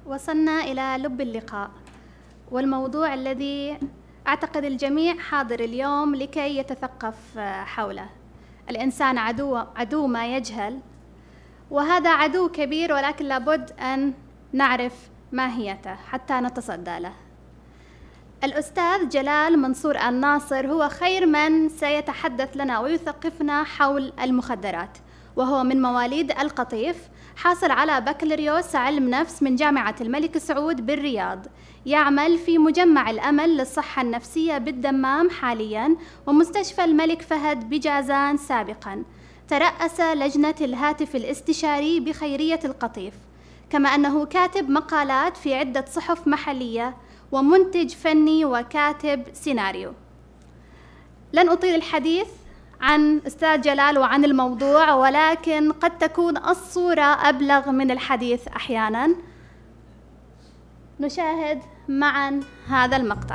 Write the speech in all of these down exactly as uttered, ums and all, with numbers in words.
وصلنا إلى لب اللقاء، والموضوع الذي أعتقد الجميع حاضر اليوم لكي يتثقف حوله. الإنسان عدو, عدو ما يجهل، وهذا عدو كبير، ولكن لابد أن نعرف ماهيته حتى نتصدى له. الأستاذ جلال منصور الناصر هو خير من سيتحدث لنا ويثقفنا حول المخدرات، وهو من مواليد القطيف، حاصل على بكالوريوس علم نفس من جامعة الملك سعود بالرياض، يعمل في مجمع الأمل للصحة النفسية بالدمام حالياً، ومستشفى الملك فهد بجازان سابقاً. ترأس لجنة الهاتف الاستشاري بخيرية القطيف، كما أنه كاتب مقالات في عدة صحف محلية، ومنتج فني وكاتب سيناريو. لن أطيل الحديث عن أستاذ جلال وعن الموضوع، ولكن قد تكون الصورة أبلغ من الحديث أحياناً. نشاهد معاً هذا المقطع.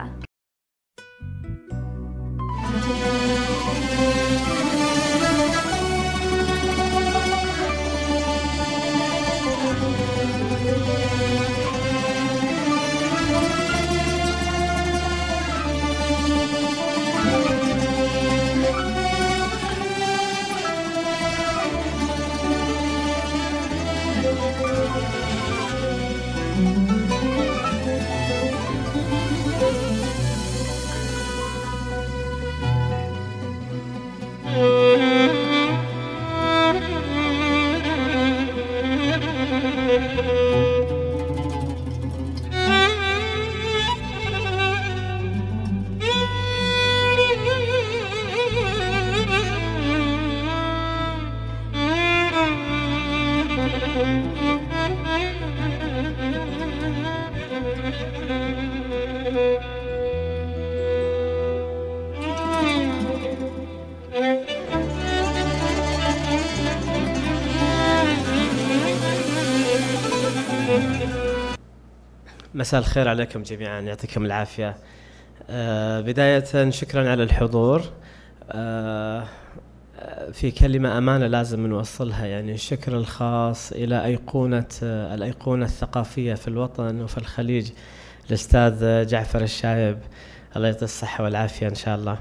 مساء الخير عليكم جميعا، يعطيكم العافية. آه بداية شكرا على الحضور. آه في كلمة أمانة لازم نوصلها، يعني الشكر الخاص إلى أيقونة آه الأيقونة الثقافية في الوطن وفي الخليج، الأستاذ جعفر الشايب، الله يعطيه الصحة والعافية إن شاء الله.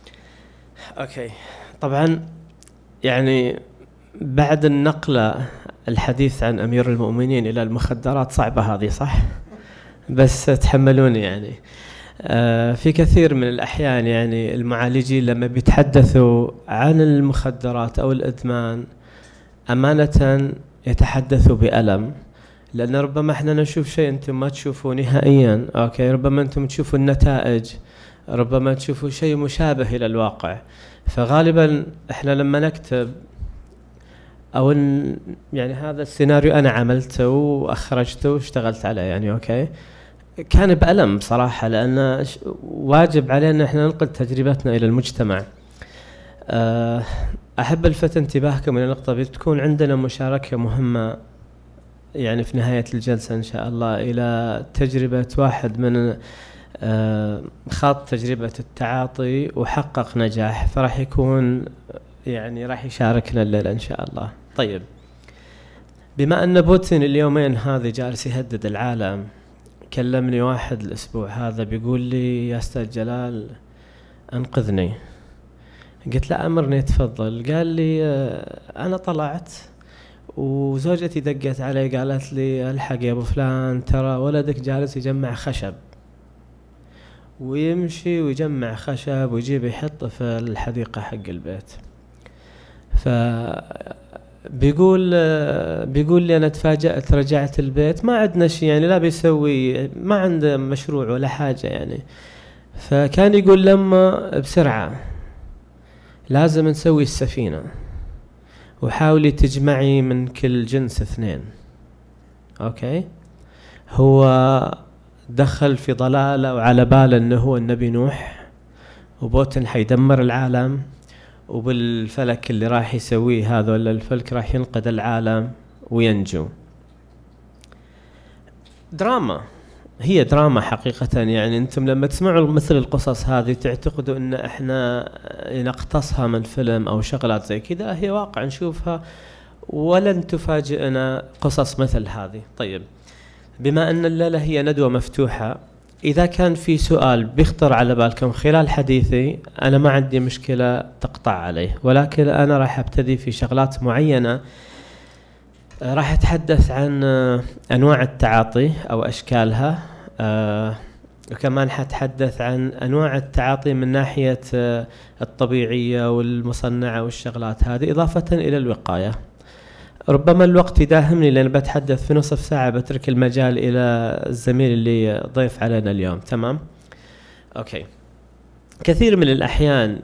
أوكي، طبعا يعني بعد النقلة الحديث عن أمير المؤمنين إلى المخدرات صعبة هذه، صح؟ بس تحملوني يعني. آه في كثير من الأحيان يعني المعالجين لما بيتحدثوا عن المخدرات أو الإدمان أمانة يتحدثوا بألم، لأن ربما احنا نشوف شيء أنتم ما تشوفوا نهائيا. أوكي، ربما أنتم تشوفوا النتائج، ربما تشوفوا شيء مشابه إلى الواقع. فغالبا احنا لما نكتب أو يعني هذا السيناريو أنا عملته وأخرجته واشتغلت عليه يعني، أوكي، كان بألم صراحة، لأن واجب علينا إحنا ننقل تجربتنا إلى المجتمع. أحب ألفت انتباهكم إلى نقطة، بتكون عندنا مشاركة مهمة يعني في نهاية الجلسة إن شاء الله إلى تجربة واحد من خاض تجربة التعاطي وحقق نجاح، فراح يكون يعني راح يشاركنا الليلة إن شاء الله. طيب، بما أن بوتين اليومين هذه جالس يهدد العالم، كلمني واحد الأسبوع هذا بيقول لي يا أستاذ جلال أنقذني. قلت له أمرني تفضل. قال لي أنا طلعت وزوجتي دقت علي قالت لي الحق يا أبو فلان، ترى ولدك جالس يجمع خشب، ويمشي ويجمع خشب ويجيب يحطه في الحديقة حق البيت. ف بيقول بيقول لي أنا تفاجأت، رجعت البيت ما عندنا شيء يعني، لا بيسوي، ما عنده مشروع ولا حاجة يعني. فكان يقول لما بسرعة لازم نسوي السفينة، وحاولي تجمعي من كل جنس اثنين. أوكي، هو دخل في ضلالة وعلى باله أنه هو النبي نوح وبوتين حيدمر العالم، وبالفلك اللي راح يسويه هذا ولا الفلك راح ينقذ العالم وينجو. دراما، هي دراما حقيقة يعني. أنتم لما تسمعوا مثل القصص هذه تعتقدوا أن إحنا نقتصها من فيلم أو شغلات زي كذا، هي واقع نشوفها ولن تفاجئنا قصص مثل هذه. طيب، بما أن الليلة هي ندوة مفتوحة، إذا كان في سؤال بيخطر على بالكم خلال حديثي أنا ما عندي مشكلة تقطع عليه، ولكن أنا راح أبتدي في شغلات معينة. راح أتحدث عن أنواع التعاطي أو أشكالها، وكمان حتحدث عن أنواع التعاطي من ناحية الطبيعية والمصنعة والشغلات هذه، إضافة إلى الوقاية. ربما الوقت يداهمني لأن بتحدث في نصف ساعة، بترك المجال إلى الزميل اللي ضيف علينا اليوم. تمام؟ أوكي. كثير من الأحيان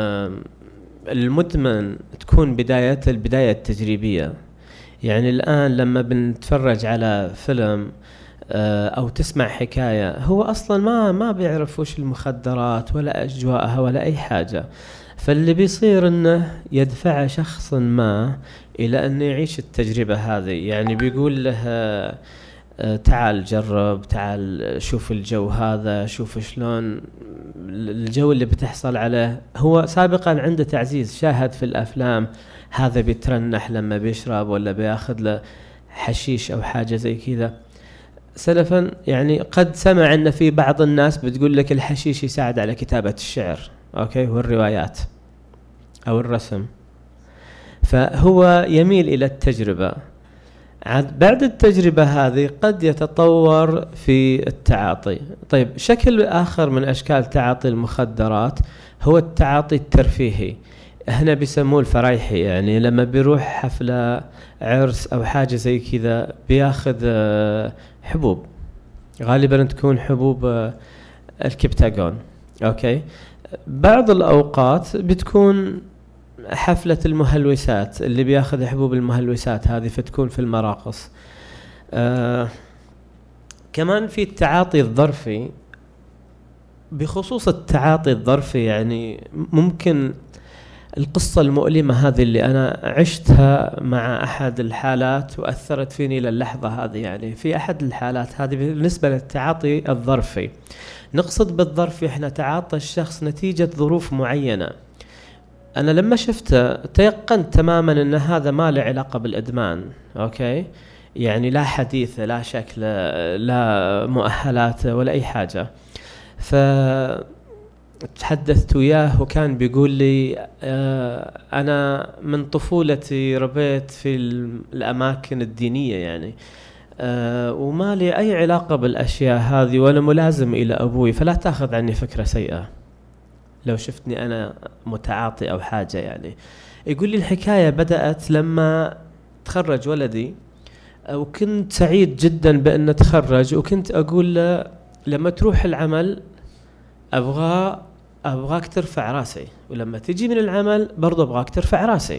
المدمن تكون بداية البداية التجريبية. يعني الآن لما بنتفرج على فيلم أو تسمع حكاية، هو أصلا ما ما بيعرف وش المخدرات ولا أجواءها ولا أي حاجة، فاللي بيصير إنه يدفع شخص ما إلى أن يعيش التجربة هذه. يعني بيقول له تعال جرب، تعال شوف الجو هذا، شوف شلون الجو اللي بتحصل عليه. هو سابقا عنده تعزيز، شاهد في الأفلام هذا بيترنح لما بيشرب ولا بياخذ له حشيش أو حاجة زي كذا. سلفا يعني قد سمع أن في بعض الناس بتقول لك الحشيش يساعد على كتابة الشعر، أوكي، والروايات أو الرسم. فهو يميل إلى التجربة. بعد التجربة هذه قد يتطور في التعاطي. طيب، شكل آخر من أشكال تعاطي المخدرات هو التعاطي الترفيهي، هنا بيسموه الفرايحي. يعني لما بيروح حفلة عرس أو حاجة زي كذا بياخذ حبوب، غالبا تكون حبوب الكبتاغون، أوكي. بعض الأوقات بتكون حفلة المهلوسات، اللي بياخذ حبوب المهلوسات هذه فتكون في المراقص. آه كمان في التعاطي الظرفي. بخصوص التعاطي الظرفي، يعني ممكن القصة المؤلمة هذه اللي أنا عشتها مع أحد الحالات وأثرت فيني للحظة هذه. يعني في أحد الحالات هذه بالنسبة للتعاطي الظرفي، نقصد بالظرفي إحنا تعاطى الشخص نتيجة ظروف معينة. أنا لما شفته تيقنت تماما أن هذا ما له علاقة بالإدمان، أوكي. يعني لا حديث، لا شكل، لا مؤهلات ولا أي حاجة. فتحدثت وياه وكان بيقول لي آه أنا من طفولتي ربيت في الأماكن الدينية، يعني آه وما لي أي علاقة بالأشياء هذه، وأنا ملازم إلى أبوي، فلا تأخذ عني فكرة سيئة لو شفتني أنا متعاطي أو حاجة. يعني يقول لي الحكاية بدأت لما تخرج ولدي، وكنت سعيد جدا بأنه تخرج، وكنت أقول له لما تروح العمل أبغى أبغاك ترفع راسي، ولما تجي من العمل برضو أبغاك ترفع راسي.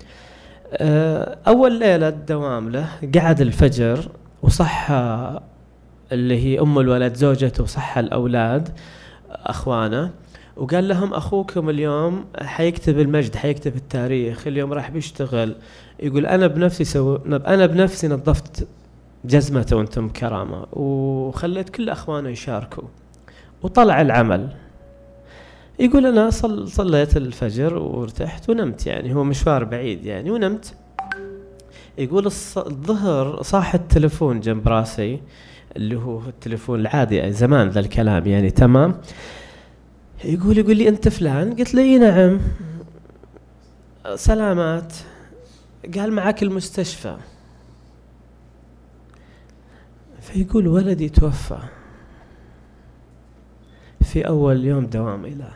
أول ليلة دوام له قعد الفجر وصح اللي هي أم الولد زوجته وصح الأولاد أخوانه، وقال لهم أخوكم اليوم حيكتب المجد، حيكتب التاريخ، اليوم راح بيشتغل. يقول أنا بنفسي سو... أنا بنفسي نظفت جزمته وأنتم كرامة، وخليت كل أخوانه يشاركوا، وطلع العمل. يقول أنا صل... صليت الفجر وارتحت ونمت، يعني هو مشوار بعيد يعني، ونمت. يقول الص... الظهر صاح التلفون جنب راسي، اللي هو التلفون العادي زمان ذا الكلام يعني، تمام. يقول يقول لي أنت فلان؟ قلت له نعم. سلامات. قال معك المستشفى. فيقول ولدي توفى في أول يوم دوام له.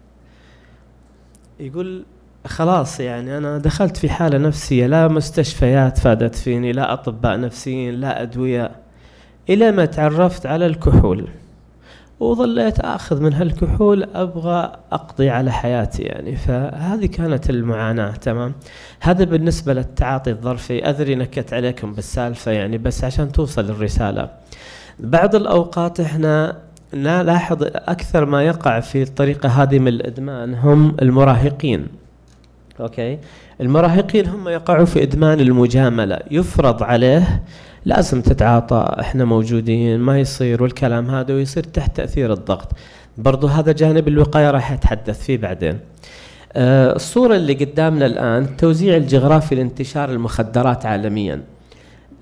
يقول خلاص يعني أنا دخلت في حالة نفسية، لا مستشفيات فادت فيني، لا أطباء نفسيين، لا أدوية، إلى ما تعرفت على الكحول، وظليت أخذ من هالكحول أبغى أقضي على حياتي يعني. فهذه كانت المعاناة، تمام. هذا بالنسبة للتعاطي الظرفي. أدري نكت عليكم بالسالفة يعني، بس عشان توصل الرسالة. بعض الأوقات إحنا نلاحظ أكثر ما يقع في الطريقة هذه من الإدمان هم المراهقين، أوكي. المراهقين هم يقعوا في إدمان المجاملة، يفرض عليه لازم تتعاطى، احنا موجودين، ما يصير والكلام هذا، ويصير تحت تأثير الضغط. برضو هذا جانب الوقاية راح أتحدث فيه بعدين. آه الصورة اللي قدامنا الآن التوزيع الجغرافي لانتشار المخدرات عالميا.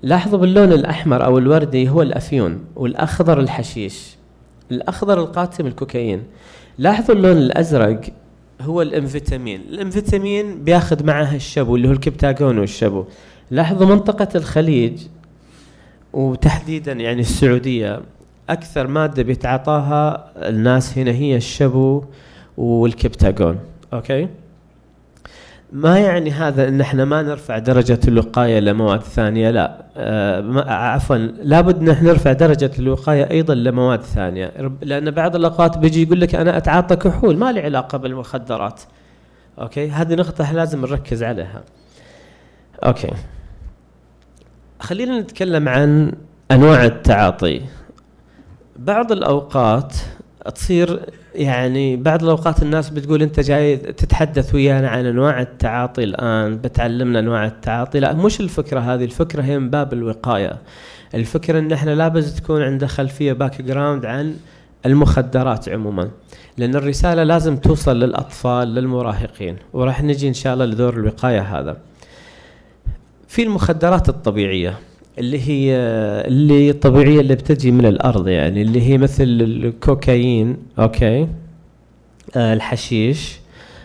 لاحظوا باللون الأحمر أو الوردي هو الأفيون، والأخضر الحشيش، الأخضر القاتم الكوكايين. لاحظوا اللون الأزرق هو الأمفيتامين، الأمفيتامين بياخذ معها الشبو اللي هو الكبتاغون والشبو. لاحظوا منطقة الخليج وتحديدا يعني السعودية أكثر مادة بيتعاطاها الناس هنا هي الشبو والكبتاغون. أوكي، ما يعني هذا ان احنا ما نرفع درجة الوقاية لمواد ثانية، لا آه عفوا لابد ان احنا نرفع درجة الوقاية ايضا لمواد ثانية، لان بعض الاوقات بيجي يقول لك انا اتعاطى كحول ما لي علاقة بالمخدرات. اوكي، هذه نقطة لازم نركز عليها. اوكي، خلينا نتكلم عن انواع التعاطي. بعض الاوقات تصير يعني بعض الأوقات الناس بتقول أنت جاي تتحدث ويانا عن أنواع التعاطي الآن، بتعلمنا أنواع التعاطي. لا، مش الفكرة هذه، الفكرة هي من باب الوقاية. الفكرة أن احنا لابد تكون عندنا خلفية باك جراوند عن المخدرات عموما، لأن الرسالة لازم توصل للأطفال للمراهقين، وراح نجي إن شاء الله لدور الوقاية هذا. في المخدرات الطبيعية اللي هي اللي طبيعية اللي بتجي من الأرض، يعني اللي هي مثل الكوكايين، أوكي، آه الحشيش،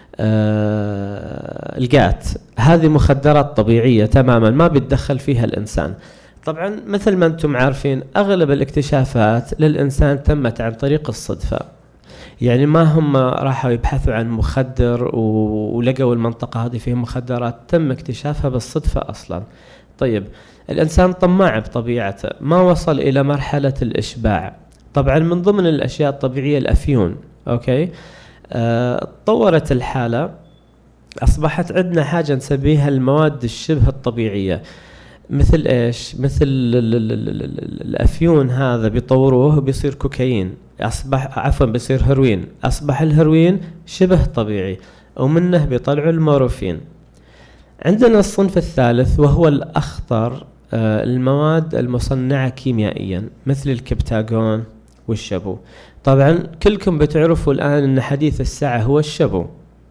آه الجات، هذه مخدرات طبيعية تماما ما بيتدخل فيها الإنسان. طبعا مثل ما أنتم عارفين أغلب الاكتشافات للإنسان تمت عن طريق الصدفة، يعني ما هم راحوا يبحثوا عن مخدر ولقوا المنطقة هذه فيها مخدرات، تم اكتشافها بالصدفة أصلا. طيب، الإنسان طماع بطبيعته، ما وصل إلى مرحلة الإشباع. طبعا من ضمن الأشياء الطبيعية الأفيون. أوكي، أه تطورت الحالة، أصبحت عندنا حاجة نسميها المواد الشبه الطبيعية. مثل إيش؟ مثل الأفيون هذا بيطوروه بيصير كوكايين، أصبح عفوا بيصير هيروين، أصبح الهيروين شبه طبيعي، ومنه بيطلعوا المورفين. عندنا الصنف الثالث وهو الأخطر، آه المواد المصنعة كيميائيا مثل الكبتاغون والشبو. طبعا كلكم بتعرفوا الآن أن حديث الساعة هو الشبو.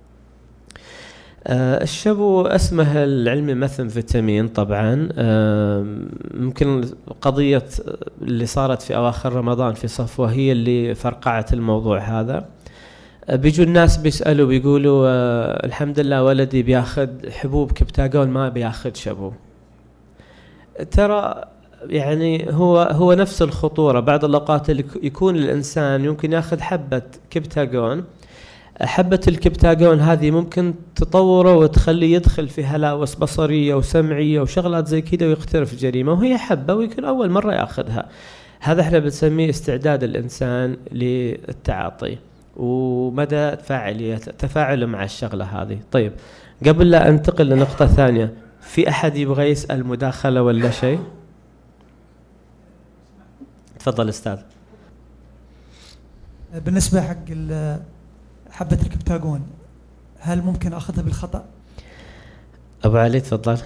آه الشبو اسمه العلمي مثمفيتامين. طبعا آه ممكن قضية اللي صارت في أواخر رمضان في صفوة هي اللي فرقعت الموضوع هذا. بيجوا الناس بيسألوا بيقولوا آه الحمد لله ولدي بياخذ حبوب كبتاغون ما بياخذ شبو. ترى يعني هو هو نفس الخطورة. بعض الأوقات اللي يكون الإنسان يمكن ياخذ حبة كبتاغون، حبة الكبتاغون هذه ممكن تطوره وتخليه يدخل في هلاوس بصرية وسمعية وشغلات زي كده ويقترف جريمة، وهي حبة ويكون أول مرة ياخذها. هذا احنا بنسميه استعداد الإنسان للتعاطي ومدى فاعلية تفاعله مع الشغلة هذه. طيب، قبل لا أنتقل لنقطة ثانية، في أحد يبغى يسأل مداخلة ولا شيء؟ تفضل أستاذ. بالنسبة حق حبة الكبتاغون، هل ممكن أخذها بالخطأ؟ أبو علي تفضل.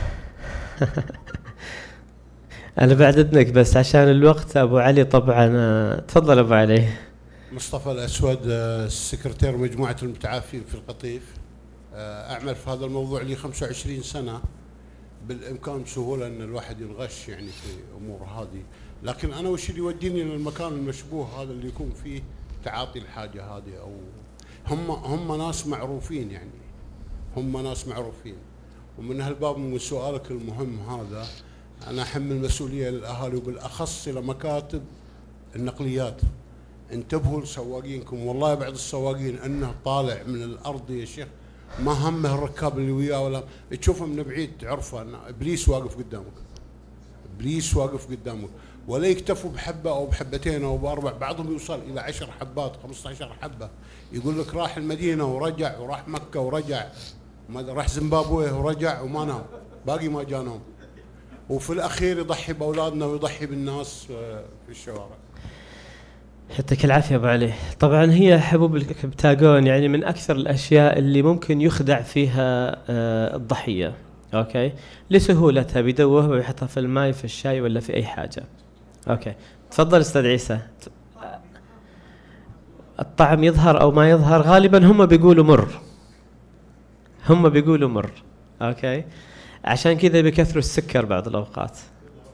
أنا بعد إذنك بس عشان الوقت أبو علي. طبعا تفضل أبو علي. مصطفى الأسود، سكرتير مجموعة المتعافين في القطيف. أعمل في هذا الموضوع لي خمسة وعشرين سنة. بالإمكان بسهولة أن الواحد ينغش يعني في أمور هذه، لكن أنا وش اللي يوديني للمكان المشبوه هذا اللي يكون فيه تعاطي الحاجة هذه؟ أو هم هم ناس معروفين، يعني هم ناس معروفين. ومن هالباب من سؤالك المهم هذا أنا أحمل مسؤولية للأهالي وبالأخص إلى مكاتب النقليات. انتبهوا لسواقينكم، والله بعض السواقين أنه طالع من الأرض يا شيخ ما همه الركاب اللي وياه، ولا تشوفه من بعيد تعرفه أن إبليس واقف قدامك، إبليس واقف قدامك. ولا يكتفوا بحبة أو بحبتين أو بأربع، بعضهم يوصل إلى عشر حبات خمسة عشر حبة. يقول لك راح المدينة ورجع، وراح مكة ورجع، راح زيمبابويه ورجع وما نام، باقي ما جا نوم. وفي الأخير يضحي بأولادنا ويضحي بالناس في الشوارع. يعطيك العافية أبو علي. طبعا هي حبوب الكبتاغون يعني من أكثر الأشياء اللي ممكن يخدع فيها الضحية. أوكي، لسهولتها بيدوه ويحطها في الماء في الشاي ولا في أي حاجة. أوكي، تفضل أستاذ عيسى. الطعم يظهر أو ما يظهر، غالبا هم بيقولوا مر، هم بيقولوا مر. أوكي، عشان كذا بيكثروا السكر بعض الأوقات.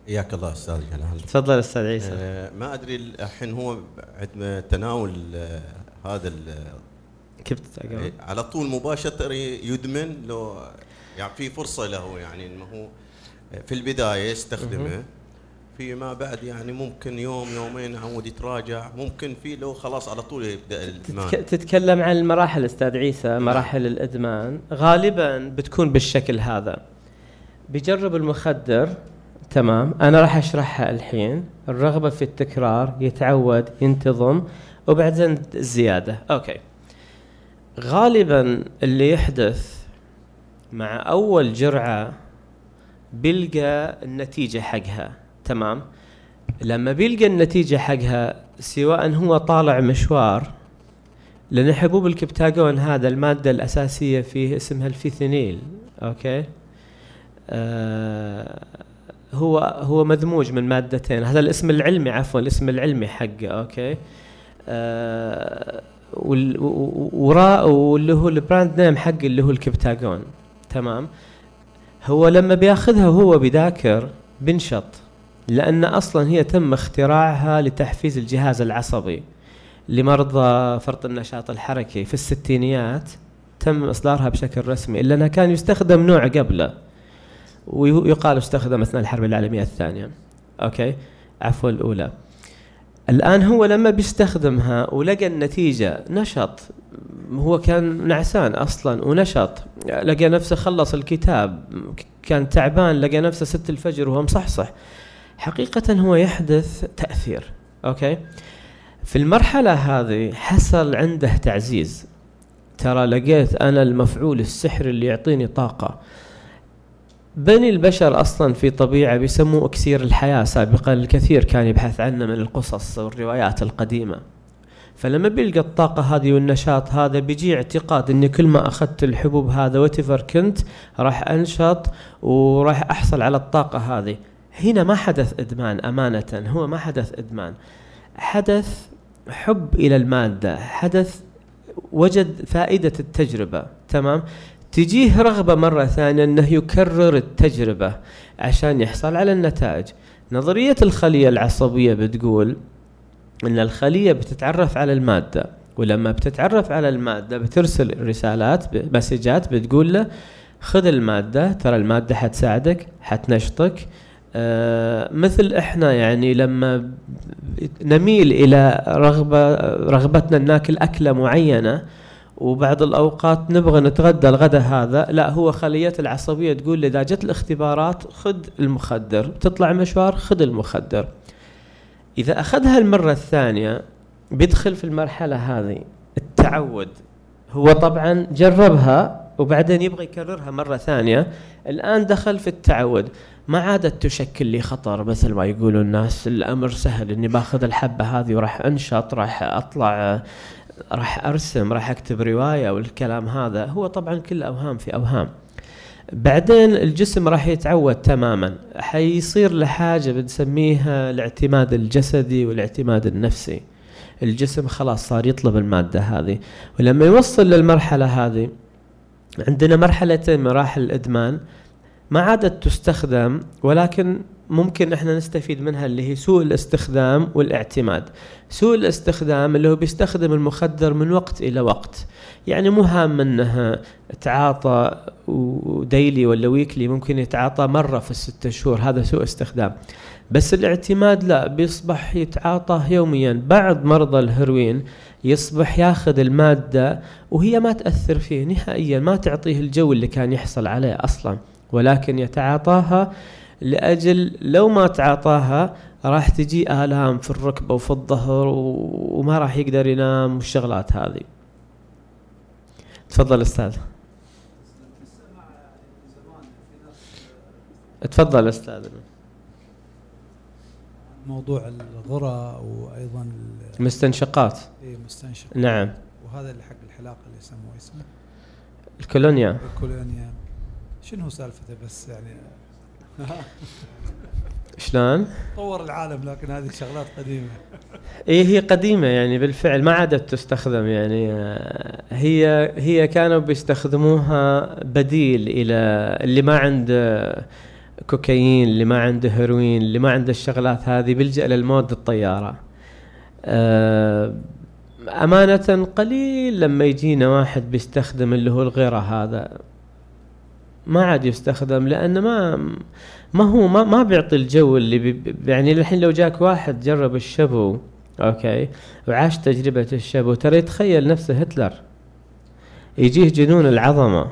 حياك الله استاذ جلال. تفضل استاذ عيسى. آه ما ادري الحين هو عندما تناول آه هذا كبت على طول مباشره يدمن لو يعني في فرصه له يعني انه هو في البدايه يستخدمه فيما بعد يعني ممكن يوم يومين يعود يتراجع ممكن في لو خلاص على طول يبدا الادمان. تتكلم عن المراحل استاذ عيسى. مراحل الادمان غالبا بتكون بالشكل هذا. بيجرب المخدر تمام. انا راح اشرحها الحين. الرغبه في التكرار يتعود ينتظم وبعدين الزياده. اوكي. غالبا اللي يحدث مع اول جرعه بيلقى النتيجه حقها تمام. لما بيلقى النتيجه حقها سواء هو طالع مشوار لان حبوب الكبتاجون هذا الماده الاساسيه فيه اسمها الفيثينيل. اوكي. آه هو هو مدموج من مادتين. هذا الاسم العلمي عفوا الاسم العلمي حقه. اوكي. آه وراء واللي هو البراند نيم حق اللي هو الكبتاجون تمام. هو لما بياخذها وهو بذاكر بنشط لأن أصلا هي تم اختراعها لتحفيز الجهاز العصبي لمرضى فرط النشاط الحركي في الستينيات. تم إصدارها بشكل رسمي إلا أنها كان يستخدم نوع قبله ويقال استخدم أثناء الحرب العالمية الثانية. أوكي عفوا الأولى. الآن هو لما بيستخدمها ولقى النتيجة نشط. هو كان نعسان أصلا ونشط لقى نفسه خلص الكتاب كان تعبان لقى نفسه ست الفجر وهو مصحصح. حقيقة هو يحدث تأثير. أوكي. في المرحلة هذه حصل عنده تعزيز. ترى لقيت أنا المفعول السحري اللي يعطيني طاقة. بني البشر أصلا في طبيعة بيسموه أكسير الحياة. سابقا الكثير كان يبحث عنه من القصص والروايات القديمة. فلما بيلقى الطاقة هذه والنشاط هذا بيجي اعتقاد أني كل ما أخذت الحبوب هذا وتفر كنت راح أنشط وراح أحصل على الطاقة هذه. هنا ما حدث إدمان أمانة. هو ما حدث إدمان. حدث حب إلى المادة. حدث وجد فائدة التجربة تمام. تجيه رغبة مرة ثانية أنه يكرر التجربة عشان يحصل على النتائج. نظرية الخلية العصبية بتقول أن الخلية بتتعرف على المادة ولما بتتعرف على المادة بترسل رسالات مسجات بتقول له خذ المادة ترى المادة حتساعدك حتنشطك. آه مثل إحنا يعني لما نميل إلى رغبة رغبتنا ناكل أكلة معينة وبعض الأوقات نبغى نتغدى الغداء هذا لا هو خلية العصبية تقول لي إذا جت الاختبارات خذ المخدر تطلع مشوار خذ المخدر. إذا أخذها المرة الثانية بيدخل في المرحلة هذه التعود. هو طبعا جربها وبعدين يبغى يكررها مرة ثانية. الآن دخل في التعود ما عادت تشكل لي خطر مثل ما يقولوا الناس. الأمر سهل إني باخذ الحبة هذه وراح أنشط راح أطلع راح أرسم راح أكتب رواية والكلام هذا. هو طبعا كل أوهام في أوهام. بعدين الجسم راح يتعود تماما. حيصير لحاجة بنسميها الاعتماد الجسدي والاعتماد النفسي. الجسم خلاص صار يطلب المادة هذه. ولما يوصل للمرحلة هذه عندنا مرحلتين مراحل الإدمان ما عادت تستخدم ولكن ممكن احنا نستفيد منها اللي هي سوء الاستخدام والاعتماد. سوء الاستخدام اللي هو بيستخدم المخدر من وقت إلى وقت يعني مو هام منها تعاطى وديلي ولا ويكلي ممكن يتعاطى مرة في الستة شهور هذا سوء استخدام. بس الاعتماد لا بيصبح يتعاطى يوميا. بعض مرضى الهيروين يصبح ياخذ المادة وهي ما تأثر فيه نهائيا ما تعطيه الجو اللي كان يحصل عليه أصلا ولكن يتعاطاها لأجل لو ما تعاطاها راح تجي آلام في الركبة وفي الظهر وما راح يقدر ينام والشغلات هذه. تفضل أستاذ. تفضل أستاذ. موضوع الغرة وأيضا مستنشقات. إيه مستنشق. نعم. وهذا اللي حق الحلاقة اللي يسموه اسمه الكولونيا. الكولونيا شنو سالفته بس يعني شلون؟ طور العالم لكن هذه شغلات قديمة. إيه هي قديمة يعني بالفعل ما عادت تستخدم يعني هي هي كانوا بيستخدموها بديل إلى اللي ما عنده كوكايين، اللي ما عنده هيروين، اللي ما عنده الشغلات هذه بيلجأ للمواد الطيارة. آه، أمانة قليل لما يجينا واحد بيستخدم اللي هو الغيرة هذا، ما عاد يستخدم، لأنه ما ما هو ما ما بيعطي الجو اللي بي يعني. الحين لو جاك واحد جرب الشابو أوكي وعاش تجربة الشابو، ترى يتخيل نفسه هتلر، يجيه جنون العظمة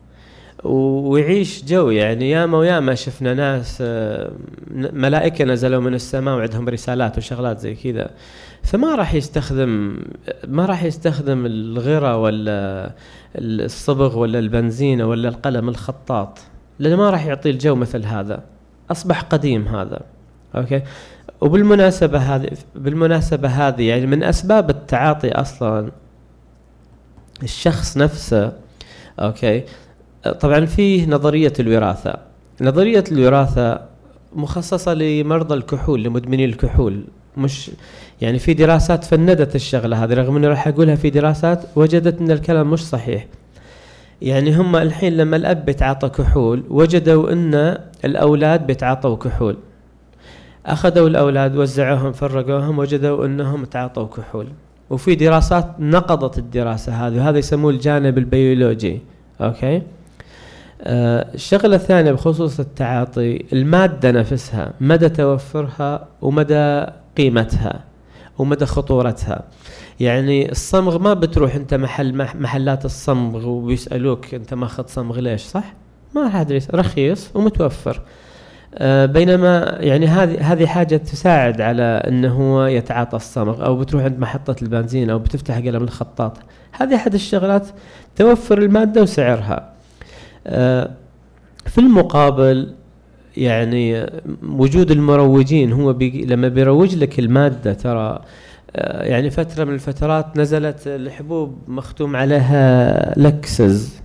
ويعيش جو يعني. ياما وياما شفنا ناس ملائكة نزلوا من السماء وعندهم رسالات وشغلات زي كذا، فما راح يستخدم ما راح يستخدم الغرة ولا الصبغ ولا البنزين ولا القلم الخطاط، لأنه ما راح يعطي الجو مثل هذا، أصبح قديم هذا. أوكي. وبالمناسبة هذه بالمناسبة هذه يعني من أسباب التعاطي أصلا الشخص نفسه. أوكي. طبعا فيه نظرية الوراثة. نظرية الوراثة مخصصة لمرضى الكحول، لمدمني الكحول، مش يعني في دراسات فندت الشغلة هذه، رغم انه راح اقولها في دراسات وجدت ان الكلام مش صحيح. يعني هم الحين لما الاب بيتعاطى كحول وجدوا ان الاولاد بيتعاطوا كحول، اخذوا الاولاد وزعوهم فرقوهم وجدوا انهم تعاطوا كحول، وفي دراسات نقضت الدراسة هذه، وهذا يسموه الجانب البيولوجي. اوكي. آه الشغلة الثانية بخصوص التعاطي، المادة نفسها، مدى توفرها ومدى قيمتها ومدى خطورتها. يعني الصمغ ما بتروح انت محل محلات الصمغ وبيسألوك انت ماخذ صمغ ليش، صح؟ ما حد يسأل، رخيص ومتوفر. آه بينما يعني هذه هذه حاجة تساعد على انه هو يتعاطى الصمغ، او بتروح عند محطة البنزين او بتفتح قلم الخطاط، هذه احد الشغلات توفر المادة وسعرها. آه في المقابل يعني وجود المروجين، هو بي لما بيروج لك المادة، ترى آه يعني فترة من الفترات نزلت الحبوب مختوم عليها لكسز،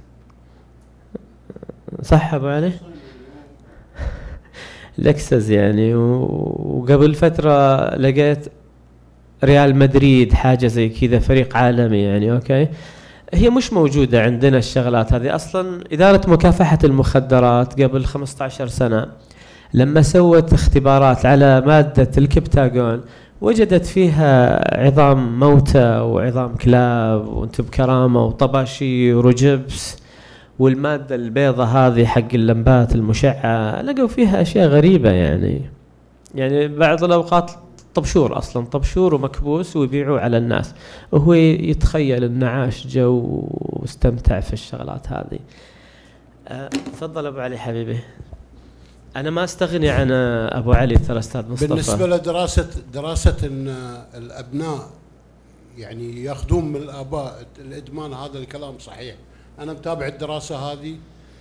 صح أبو علي؟ لكسز يعني. وقبل فترة لقيت ريال مدريد حاجة زي كذا، فريق عالمي يعني. أوكي. هي مش موجودة عندنا الشغلات هذه أصلا. إدارة مكافحة المخدرات قبل خمسة عشر سنة لما سوت اختبارات على مادة الكبتاغون وجدت فيها عظام موتى وعظام كلاب وانتم بكرامة وطباشي ورجبس، والمادة البيضة هذه حق اللمبات المشعة لقوا فيها أشياء غريبة يعني. يعني بعض الأوقات طبشور أصلا، طبشور ومكبوس ويبيعوه على الناس، وهو يتخيل إنه عاش جو واستمتع في الشغلات هذه. أه تفضل أبو علي حبيبي. أنا ما أستغني عن أبو علي ترى أستاذ مصطفى. بالنسبة لدراسة دراسة إن الأبناء يعني يأخذون من الآباء الإدمان، هذا الكلام صحيح. أنا متابع الدراسة هذه.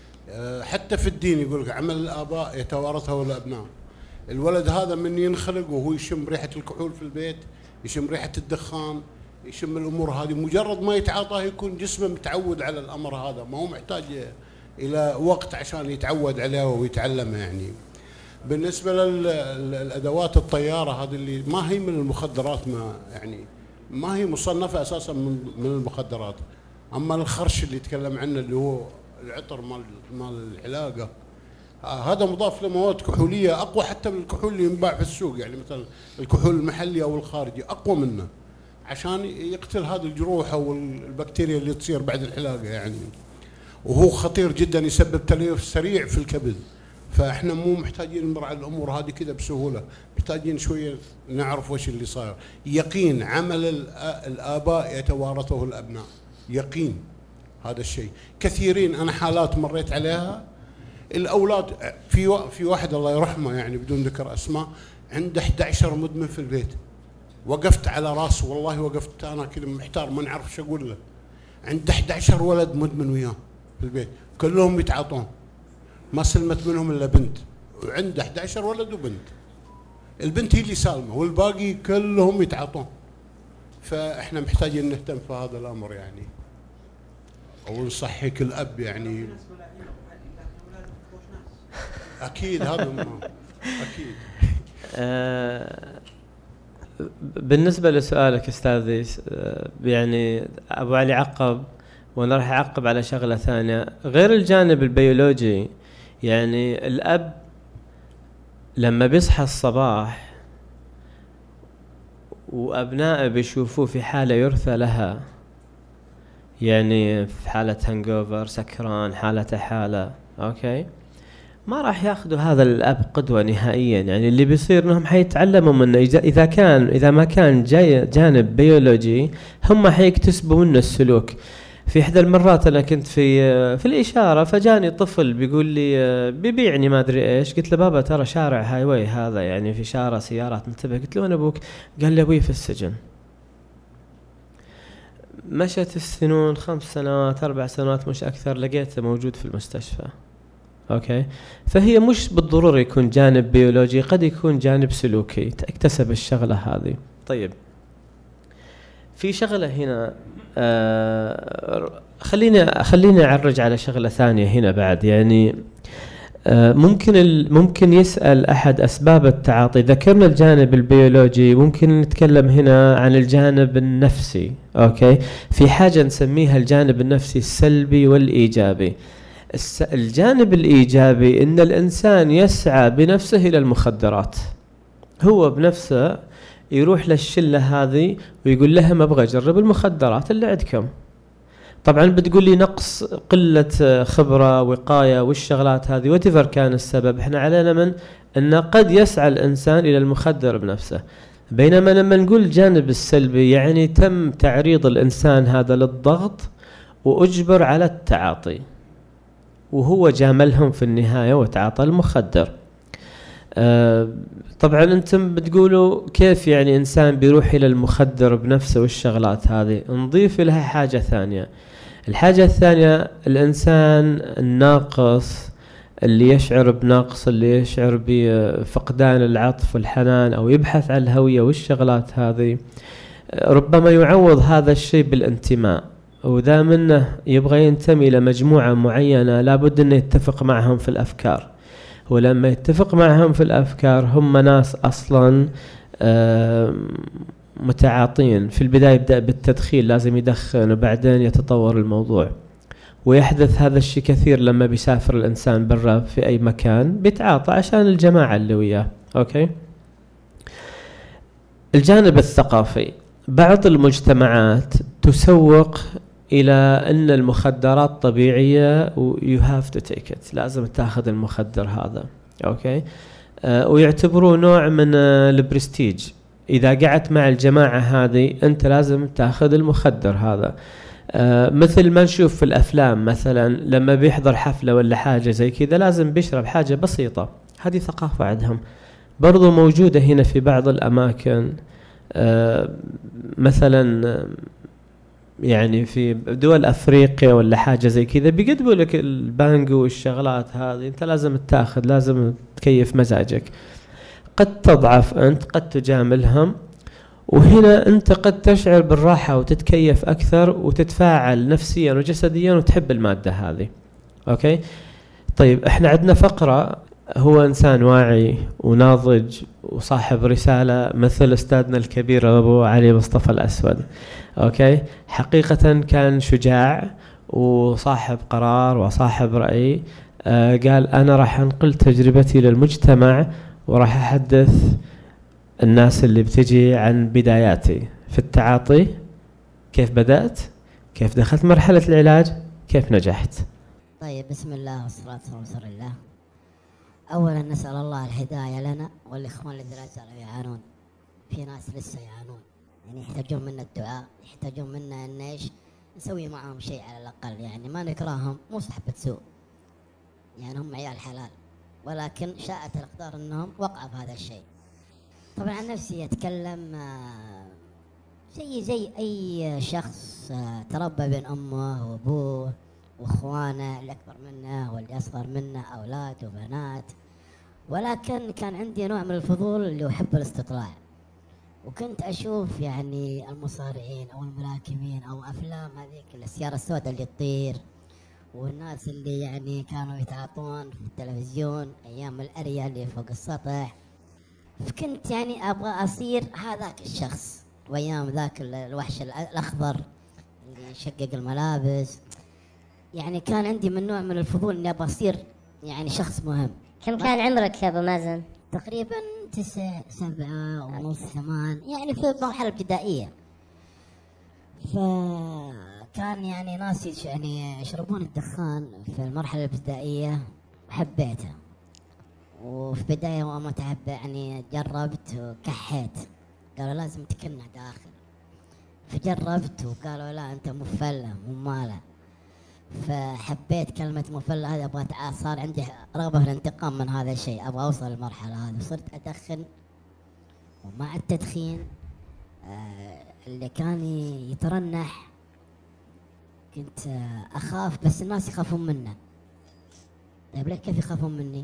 حتى في الدين يقول لك عمل الآباء يتوارثه الأبناء. الولد هذا من ينخلق وهو يشم ريحة الكحول في البيت، يشم ريحة الدخان، يشم الأمور هذه، مجرد ما يتعاطاه يكون جسمه متعود على الأمر هذا، ما هو محتاج إلى وقت عشان يتعود عليه ويتعلم يعني. بالنسبة للأدوات الطيارة هذه اللي ما هي من المخدرات، ما يعني ما هي مصنفة أساسا من من المخدرات. أما الخرش اللي يتكلم عنه اللي هو العطر مال مال العلاقة، آه هذا مضاف لمواد كحولية أقوى حتى من الكحول اللي ينباع في السوق. يعني مثلا الكحول المحلي أو الخارجي أقوى منه عشان يقتل هذه الجروح أو البكتيريا اللي تصير بعد العلاقة يعني. وهو خطير جدا، يسبب تليف سريع في الكبد. فاحنا مو محتاجين نمر على الامور هذه كذا بسهوله، محتاجين شويه نعرف وش اللي صاير. يقين عمل الاباء يتوارثه الابناء، يقين هذا الشيء. كثيرين انا حالات مريت عليها، الاولاد في في واحد الله يرحمه يعني بدون ذكر اسماء، عنده أحد عشر مدمن في البيت. وقفت على راسه والله، وقفت انا كذا محتار ما نعرف شو اقول له. عنده أحد عشر ولد مدمن وياه في البيت، كلهم يتعاطون، ما سلمت منهم الا بنت، وعنده أحد عشر ولد وبنت. البنت هي اللي سالمه والباقي كلهم يتعاطون. فاحنا محتاجين نهتم في هذا الامر يعني، او نصحي كل اب يعني. اكيد هذا اكيد. آه بالنسبه لسؤالك استاذي، يعني ابو علي عقب وانا راح اعقب على شغله ثانيه غير الجانب البيولوجي. يعني الاب لما بيصحى الصباح وأبنائه بيشوفوه في حالة يرثى لها، يعني في حالة هانجوفر، سكران، حالة حالة، أوكي، ما راح ياخذوا هذا الأب قدوة نهائيا. يعني اللي بيصير إنهم حيتعلموا منه، إذا كان إذا ما كان جاي جانب بيولوجي هم حيكتسبوا منه السلوك. في إحدى المرات أنا كنت في في الإشارة، فجاني طفل بيقول لي بيبيعني ما أدري إيش، قلت له بابا ترى شارع هاي واي هذا يعني في شارع سيارات انتبه. قلت له وين أبوك؟ قال لي أبوي في السجن. مشت السنون، خمس سنوات أربع سنوات مش أكثر، لقيته موجود في المستشفى. أوكي، فهي مش بالضرورة يكون جانب بيولوجي، قد يكون جانب سلوكي تكتسب الشغلة هذه. طيب، في شغلة هنا، آه خليني خليني أعرج على شغلة ثانية هنا بعد. يعني آه ممكن ممكن يسأل أحد أسباب التعاطي. ذكرنا الجانب البيولوجي، ممكن نتكلم هنا عن الجانب النفسي. أوكي، في حاجة نسميها الجانب النفسي السلبي والإيجابي. الجانب الإيجابي إن الإنسان يسعى بنفسه إلى المخدرات، هو بنفسه يروح للشلة هذه ويقول لهم أبغى أجرب المخدرات اللي عندكم. طبعا بتقول لي نقص، قلة خبرة، وقاية، والشغلات هذه وتفر كان السبب. احنا علينا من أن قد يسعى الإنسان إلى المخدر بنفسه. بينما لما نقول الجانب السلبي يعني تم تعريض الإنسان هذا للضغط وأجبر على التعاطي، وهو جاملهم في النهاية وتعاطى المخدر. آه طبعا انتم بتقولوا كيف يعني انسان بيروح الى المخدر بنفسه والشغلات هذه. نضيف لها حاجة ثانية. الحاجة الثانية الانسان الناقص اللي يشعر بنقص، اللي يشعر بفقدان العطف والحنان او يبحث عن الهوية والشغلات هذه، ربما يعوض هذا الشيء بالانتماء. وذا منه يبغى ينتمي لمجموعة معينة لابد انه يتفق معهم في الافكار، ولما يتفق معهم في الافكار هم ناس اصلا متعاطين. في البداية يبدأ بالتدخين، لازم يدخن، وبعدين يتطور الموضوع. ويحدث هذا الشيء كثير لما بيسافر الانسان برا في اي مكان، بيتعاطى عشان الجماعة اللي وياه. اوكي، الجانب الثقافي، بعض المجتمعات تسوق إلى أن المخدرات طبيعية و you have to take it، لازم تأخذ المخدر هذا. أوكي، آه ويعتبروه نوع من آه البرستيج. إذا قعدت مع الجماعة هذه أنت لازم تأخذ المخدر هذا. آه مثل ما نشوف في الأفلام مثلا لما بيحضر حفلة ولا حاجة زي كذا لازم بيشرب حاجة بسيطة. هذه ثقافة عندهم برضو موجودة هنا في بعض الأماكن. آه مثلا يعني في دول أفريقيا ولا حاجة زي كذا بيقدموا لك البانجو والشغلات هذه، أنت لازم تأخذ، لازم تكيف مزاجك. قد تضعف أنت، قد تجاملهم، وهنا أنت قد تشعر بالراحة وتتكيف أكثر وتتفاعل نفسيا وجسديا وتحب المادة هذه. أوكي، طيب إحنا عندنا فقرة، هو إنسان واعي وناضج وصاحب رسالة مثل أستاذنا الكبير أبو علي مصطفى الأسود. أوكي، حقيقة كان شجاع وصاحب قرار وصاحب رأي. آه قال أنا راح أنقل تجربتي للمجتمع وراح أحدث الناس اللي بتجي عن بداياتي في التعاطي، كيف بدأت، كيف دخلت مرحلة العلاج، كيف نجحت. طيب، بسم الله والصلاة والسلام على رسول الله. أولا نسأل الله الهداية لنا والإخوان الذين لا زالوا يعانون. في ناس لسه يعانون، يعني يحتاجون منا الدعاء، يحتاجون منا أن إيش نسوي معهم شيء على الأقل. يعني ما نكرههم، مو صحبة سوء، يعني هم عيال حلال، ولكن شاءت الأقدار أنهم وقعوا في هذا الشيء. طبعا عن نفسي أتكلم زي زي أي شخص تربى بين أمه وأبوه واخوانه اللي اكبر منه واللي اصغر منه، اولاد وبنات. ولكن كان عندي نوع من الفضول اللي احب الاستطلاع، وكنت اشوف يعني المصارعين او الملاكمين او افلام هذيك السيارة السوداء اللي تطير، والناس اللي يعني كانوا يتعاطون في التلفزيون ايام الاريا اللي فوق السطح. فكنت يعني ابغى اصير هذاك الشخص، وايام ذاك الوحش الاخضر اللي يشقق الملابس. يعني كان عندي من نوع من الفضول اني ابغى اصير يعني شخص مهم. كم كان عمرك يا ابو مازن؟ تقريبا تسع سبعة ونص ثمان، يعني في المرحلة الابتدائية. فكان يعني ناس يعني يشربون الدخان في المرحلة الابتدائية، حبيته. وفي بداية وما تحب يعني جربت وكحيت، قالوا لازم تكنه داخل، فجربت وقالوا لا أنت مفلة مو ماله. فحبيت كلمة مفلة هذه، أبغى أتع- صار عندي رغبة في الانتقام من هذا الشيء، أبغى أوصل للمرحلة هذه. صرت أدخن، ومع التدخين آه اللي كان يترنح كنت آه أخاف، بس الناس يخافون منه. طيب ليه كيف يخافون مني؟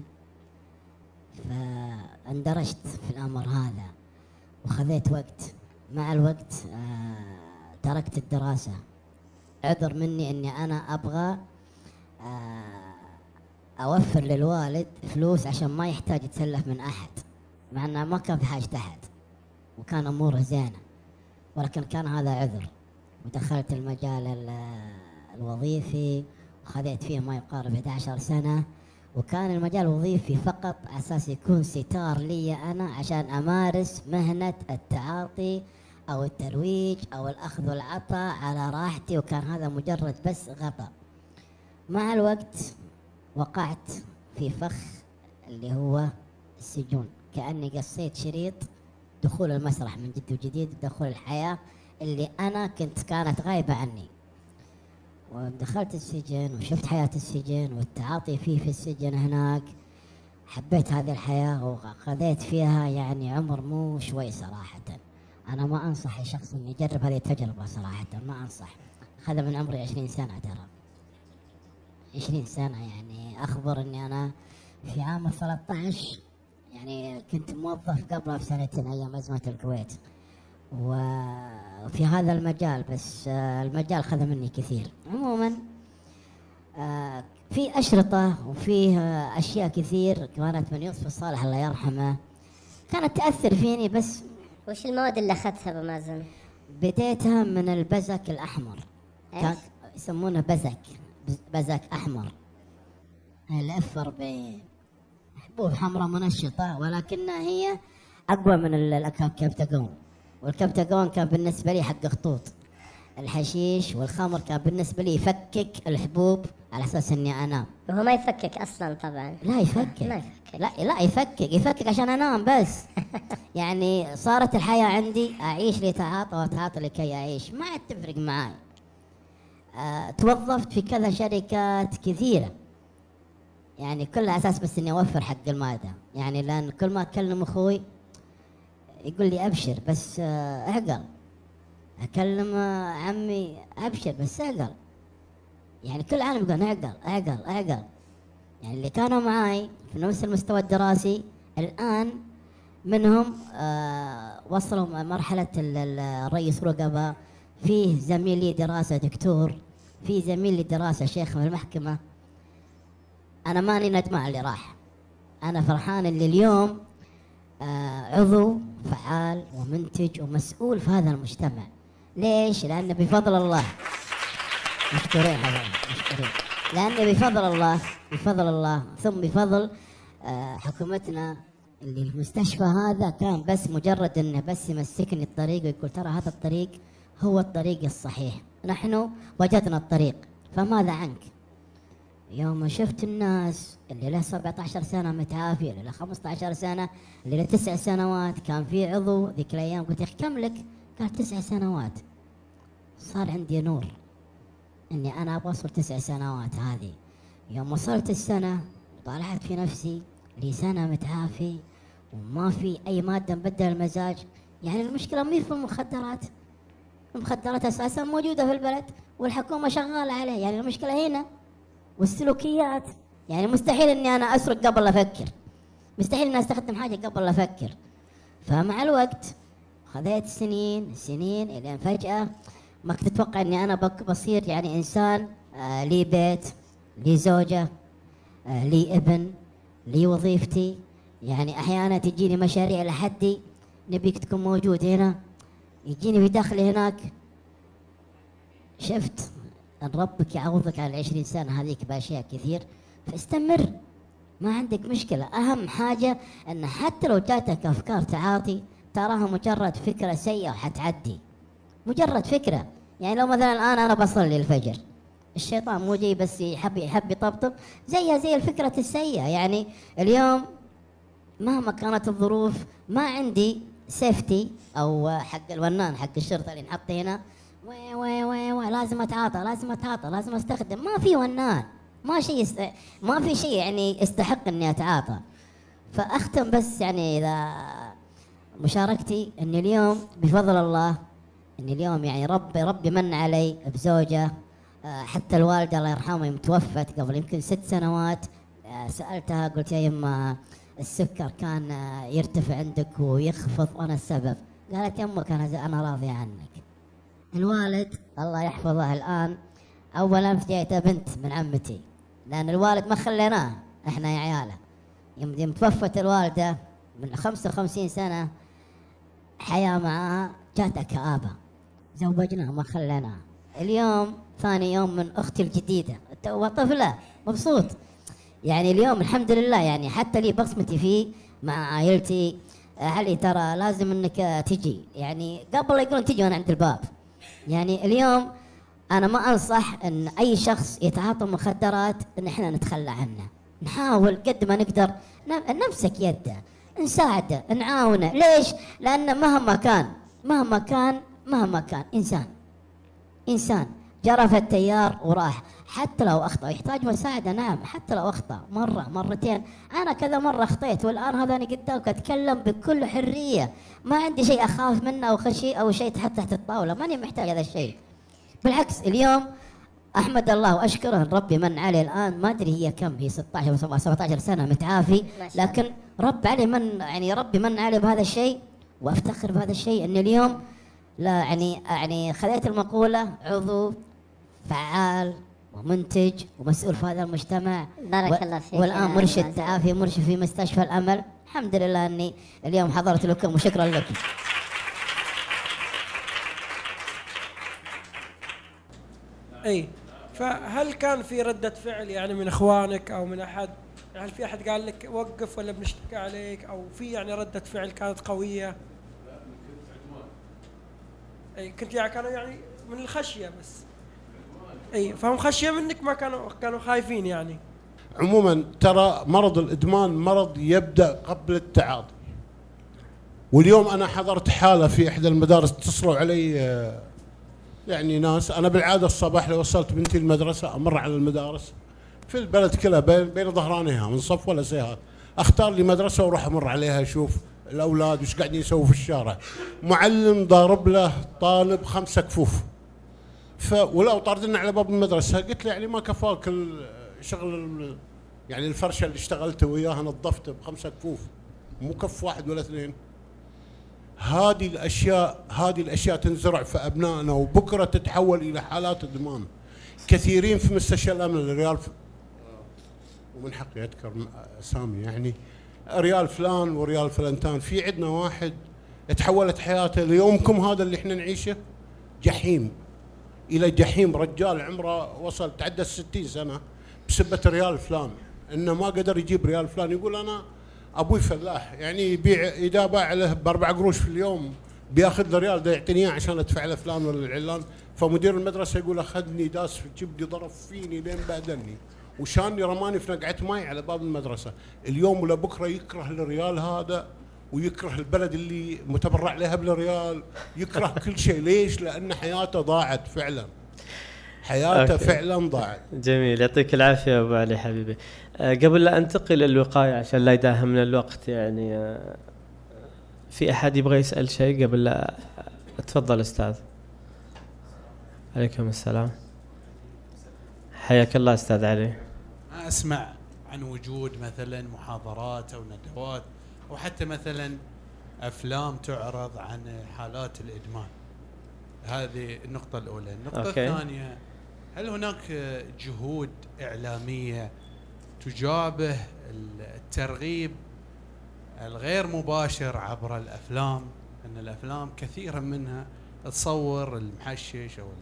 فاندرجت في الأمر هذا وخذيت وقت. مع الوقت آه تركت الدراسة. عذر مني اني انا ابغى آه اوفر للوالد فلوس عشان ما يحتاج يتسلف من احد، مع انه ما كان في حاجة احد وكان اموره زينة، ولكن كان هذا عذر. ودخلت المجال ال- الوظيفي وخذيت فيه ما يقارب إحدى عشرة سنة، وكان المجال الوظيفي فقط على اساس يكون ستار لي انا عشان امارس مهنة التعاطي او الترويج او الاخذ والعطاء على راحتي، وكان هذا مجرد بس غطاء. مع الوقت وقعت في فخ اللي هو السجون، كأني قصيت شريط دخول المسرح من جد وجديد، دخول الحياة اللي انا كنت كانت غايبة عني. ودخلت السجن وشفت حياة السجن والتعاطي فيه في السجن هناك. حبيت هذه الحياة وخذيت فيها يعني عمر مو شوي صراحة. أنا ما أنصح أي شخص إنه يجرب هذه التجربة صراحة، ما أنصح. خذ من عمري عشرين سنة، ترى عشرين سنة. يعني أخبر إني أنا في عام ثلاثة عشر يعني كنت موظف قبلها بسنتين أيام أزمة الكويت، وفي هذا المجال، بس المجال خذ مني كثير. عموما في أشرطة وفيه أشياء كثير كانت من يوسف الصالح الله يرحمه كانت تأثر فيني. بس وش المواد اللي أخذتها أبو مازن؟ بديتها من البزك الأحمر، كان يسمونه بزك بزك أحمر، الأفر بحبوب حمراء منشطة، ولكنها هي أقوى من الكبتاجون. والكبتاجون كان بالنسبة لي حق خطوط. الحشيش والخمر كان بالنسبة لي يفكك الحبوب على أساس إني أنام. وهو ما يفكك أصلا طبعا. لا يفكك، ما يفكك. لا لا يفكك يفكك عشان أنام بس. يعني صارت الحياة عندي أعيش لتعاطى وأتعاطى لكي أعيش، ما عاد تفرق معاي. أه توظفت في كذا شركات كثيرة، يعني كلها أساس بس إني أوفر حق المادة. يعني لأن كل ما أكلم أخوي يقول لي أبشر بس أه أعقل، أكلم عمي أبشر بس أعقل. يعني كل عالم يقول أعقل أعقل أعقل. يعني اللي كانوا معاي في نفس المستوى الدراسي الآن منهم آه وصلوا مرحلة الرئيس رقبة، فيه زميل لي دراسة دكتور، فيه زميل لي دراسة شيخ من المحكمة. أنا ماني ندمان اللي راح، أنا فرحان اللي اليوم آه عضو فعال ومنتج ومسؤول في هذا المجتمع. ليش؟ لأن بفضل الله، مشكورين حضرتك مشكورين، لأن بفضل الله بفضل الله ثم بفضل آه حكومتنا، اللي المستشفى هذا كان بس مجرد انه بس يمسكني الطريق ويقول ترى هذا الطريق هو الطريق الصحيح، نحن وجدنا الطريق، فماذا عنك؟ يوم شفت الناس اللي له سبعة عشر سنة متعافي، اللي له خمسة عشر سنة، اللي له تسع سنوات، كان في عضو ذيك الأيام قلت يا أخي كم لك؟ قال تسع سنوات. صار عندي نور إني أنا أبغى أوصل تسع سنوات هذه. يوم وصلت السنة طالعت في نفسي لي سنة متعافي وما في أي مادة مبدل المزاج. يعني المشكلة مي في المخدرات، المخدرات أساسا موجودة في البلد والحكومة شغالة عليه، يعني المشكلة هنا. والسلوكيات، يعني مستحيل إني أنا أسرق قبل لا أفكر، مستحيل إني أستخدم حاجة قبل لا أفكر. فمع الوقت خذيت سنين سنين إلى فجأة ما كنت أتوقع إني أنا بصير يعني إنسان آه لي بيت، لي زوجة، آه لي ابن، لي وظيفتي. يعني أحيانا تجيني مشاريع لحدي نبيك تكون موجود هنا، يجيني في داخلي هناك. شفت أن ربك يعوضك على العشرين سنة هذيك بأشياء كثير، فاستمر ما عندك مشكلة. أهم حاجة أن حتى لو جاتك أفكار تعاطي تراها مجرد فكرة سيئة وحتعدي، مجرد فكرة. يعني لو مثلا الآن أنا بصلي الفجر، الشيطان مو جاي بس يحب يحب يطبطب زيها زي الفكرة السيئة. يعني اليوم مهما كانت الظروف ما عندي سيفتي أو حق الونان حق الشرطة اللي نحط هنا، وي وي وي وي لازم أتعاطى لازم أتعاطى لازم أستخدم. ما في ونان، ما شيء است... ما في شيء يعني يستحق إني أتعاطى. فأختم بس يعني إذا مشاركتي إن اليوم بفضل الله إن اليوم يعني ربي ربي من علي بزوجة. حتى الوالدة الله يرحمها يوم توفت قبل يمكن ست سنوات سألتها قلت يا يما السكر كان يرتفع عندك ويخفض وأنا السبب. قالت يمك أنا أنا راضية عنك. الوالد الله يحفظه الآن أولا جايته بنت من عمتي، لأن الوالد ما خليناه إحنا يا عياله. يوم يوم توفت الوالدة من خمسة وخمسين سنة حياة معاها جاتها كآبة، زوجناها ما خليناها. اليوم ثاني يوم من أختي الجديدة تو طفلة مبسوط. يعني اليوم الحمد لله يعني حتى لي بصمتي فيه مع عائلتي. علي ترى لازم انك تجي، يعني قبل يقولون تجي وانا عند الباب. يعني اليوم انا ما انصح ان اي شخص يتعاطى مخدرات ان احنا نتخلى عنه، نحاول قد ما نقدر نمسك يده نساعده نعاونه. ليش؟ لان مهما كان مهما كان مهما كان انسان انسان جرف التيار وراح، حتى لو أخطأ يحتاج مساعدة. نعم حتى لو أخطأ مرة مرتين، أنا كذا مرة أخطيت والآن هذا أنا قدامك أتكلم بكل حرية، ما عندي شيء أخاف منه أو خشي أو شيء تحت تحت الطاولة، ماني محتاج هذا الشيء. بالعكس اليوم أحمد الله وأشكره أن ربي من علي الآن ما أدري هي كم، هي ستة عشر أو سبعة عشر سنة متعافي، لكن رب علي من يعني ربي من علي بهذا الشيء وأفتخر بهذا الشيء. أن اليوم لا يعني يعني خذيت المقولة عضو فعال ومنتج ومسؤول في هذا المجتمع. بارك الله فيك. والآن مرشد تعافي مرشد في مستشفى الأمل. الحمد لله أني اليوم حضرت لكم وشكرا لكم. أي فهل كان في ردة فعل يعني من إخوانك أو من أحد؟ هل في أحد قال لك وقف ولا بنشتكي عليك، أو في يعني ردة فعل كانت قوية؟ أي كنت يعني كانوا يعني من الخشية بس. اي فهم خشيه منك، ما كانوا كانوا خايفين يعني. عموما ترى مرض الادمان مرض يبدا قبل التعاطي. واليوم انا حضرت حاله في احدى المدارس، اتصلوا علي يعني ناس. انا بالعاده الصباح لو وصلت بنتي المدرسه امر على المدارس في البلد كلها بين بين ظهرانيها من صف ولا سيهات، اختار لي مدرسه واروح امر عليها اشوف الاولاد وش قاعدين يسووا في الشارع. معلم ضارب له طالب خمسه كفوف، ف ولو طاردنا على باب المدرسه. قلت له يعني ما كفاك الشغل يعني الفرشه اللي اشتغلته وياها نظفته بخمسه كفوف، مو كف واحد ولا اثنين. هذه الاشياء هذه الاشياء تنزرع في ابنائنا وبكره تتحول الى حالات ادمان. كثيرين في مستشفى الامل الريال ف... ومن حقي اذكر اسامي يعني ريال فلان وريال فلانتان. في عندنا واحد تحولت حياته ليومكم هذا اللي احنا نعيشه جحيم الى جحيم. رجال عمره وصل تعدى الستين سنه بسبه ريال فلان، انه ما قدر يجيب ريال فلان. يقول انا ابوي فلاح، يعني يبيع اذا باع له باربع قروش في اليوم بياخذ له ريال ده يعطيني اياه عشان ادفع له فلان ولا العلان. فمدير المدرسه يقول اخذني داس في جبدي ضرب فيني لين بهدلني وشاني رماني في نقعه ماي على باب المدرسه. اليوم ولا بكره يكره الريال هذا ويكره البلد اللي متبرع لها بالريال، يكره كل شيء. ليش؟ لأن حياته ضاعت فعلا، حياته أوكي. فعلا ضاعت. جميل، يعطيك العافية أبو علي حبيبي. أه قبل لا أنتقل للوقاية عشان لا يداهمنا الوقت، يعني أه في أحد يبغى يسأل شيء قبل لا أتفضل أستاذ؟ عليكم السلام، حياك الله أستاذ علي. ما أسمع عن وجود مثلا محاضرات أو ندوات أو حتى مثلا أفلام تعرض عن حالات الإدمان. هذه النقطة الأولى. النقطة أوكي. الثانية، هل هناك جهود إعلامية تجابه الترغيب الغير مباشر عبر الأفلام؟ أن الأفلام كثيرا منها تصور المحشش أو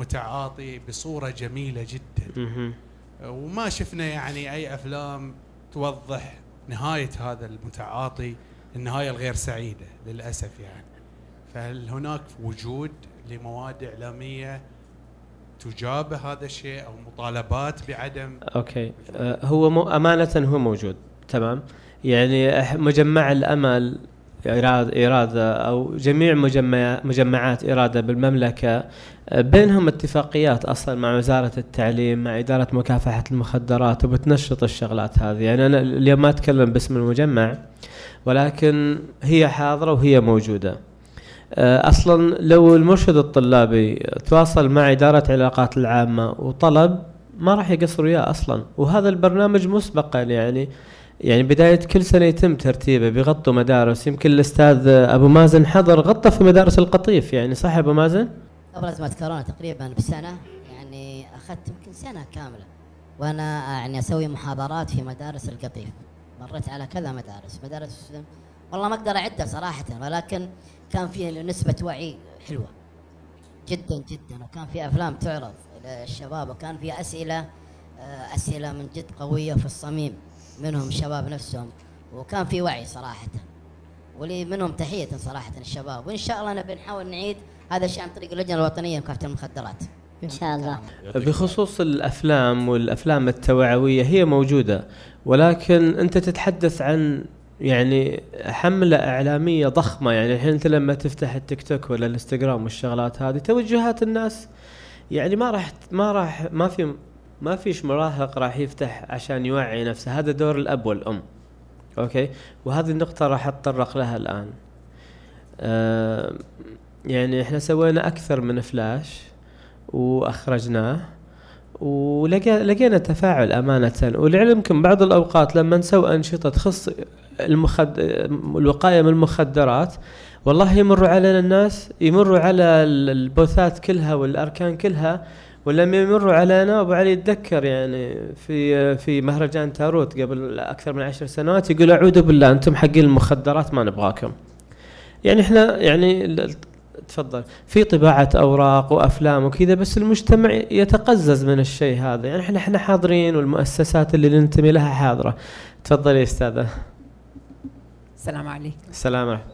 المتعاطي بصورة جميلة جدا، وما شفنا يعني أي أفلام توضح نهاية هذا المتعاطي، النهاية الغير سعيدة للأسف يعني. فهل هناك وجود لمواد إعلامية تجابه هذا الشيء أو مطالبات بعدم؟ أوكي أه هو مو أمانة هو موجود تمام. يعني مجمع الأمل إرادة, إرادة أو جميع مجمع مجمعات إرادة بالمملكة بينهم اتفاقيات أصلا مع وزارة التعليم مع إدارة مكافحة المخدرات وبتنشط الشغلات هذه. يعني أنا اليوم ما أتكلم باسم المجمع ولكن هي حاضرة وهي موجودة. أصلا لو المرشد الطلابي تواصل مع إدارة العلاقات العامة وطلب ما راح يقصروا إياه أصلا. وهذا البرنامج مسبقا يعني يعني بداية كل سنة يتم ترتيبه بيغطوا مدارس. يمكن الأستاذ أبو مازن حضر غطى في مدارس القطيف، يعني صح أبو مازن؟ قبل أزمة كورونا تقريبا بسنة، يعني أخذت يمكن سنة كاملة وأنا يعني أسوي محاضرات في مدارس القطيف. مريت على كذا مدارس مدارس والله ما أقدر أعدها صراحة، ولكن كان فيه نسبة وعي حلوة جدا جدا، وكان في أفلام تعرض للشباب، وكان في أسئلة أسئلة من جد قوية في الصميم منهم الشباب نفسهم، وكان في وعي صراحة، ولي منهم تحية صراحة الشباب. وإن شاء الله نبي نحاول نعيد هذا الشيء عن طريق اللجنة الوطنية لمكافحة المخدرات إن شاء الله. بخصوص الأفلام والأفلام التوعوية هي موجودة، ولكن أنت تتحدث عن يعني حملة إعلامية ضخمة. يعني الحين أنت لما تفتح التيك توك ولا الانستغرام والشغلات هذه توجهات الناس يعني ما راح ما راح ما في ما فيش مراهق راح يفتح عشان يوعي نفسه. هذا دور الأب والأم. أوكي، وهذه النقطة راح أتطرق لها الآن. آه يعني إحنا سوينا أكثر من فلاش وأخرجناه ولقينا تفاعل أمانة. ولعلمكم بعض الأوقات لما نسوي أنشطة تخص المخد... الوقاية من المخدرات والله يمروا علينا الناس، يمروا على البوثات كلها والأركان كلها، ولما يمروا علينا أبو علي يتذكر يعني في في مهرجان تاروت قبل أكثر من عشر سنوات يقول أعوذ بالله أنتم حقين المخدرات ما نبغاكم. يعني إحنا يعني تفضل في طباعة أوراق وأفلام وكذا، بس المجتمع يتقزز من الشيء هذا. يعني إحنا إحنا حاضرين والمؤسسات اللي ننتمي لها حاضرة. تفضل يا أستاذة. السلام عليكم. السلام عليكم.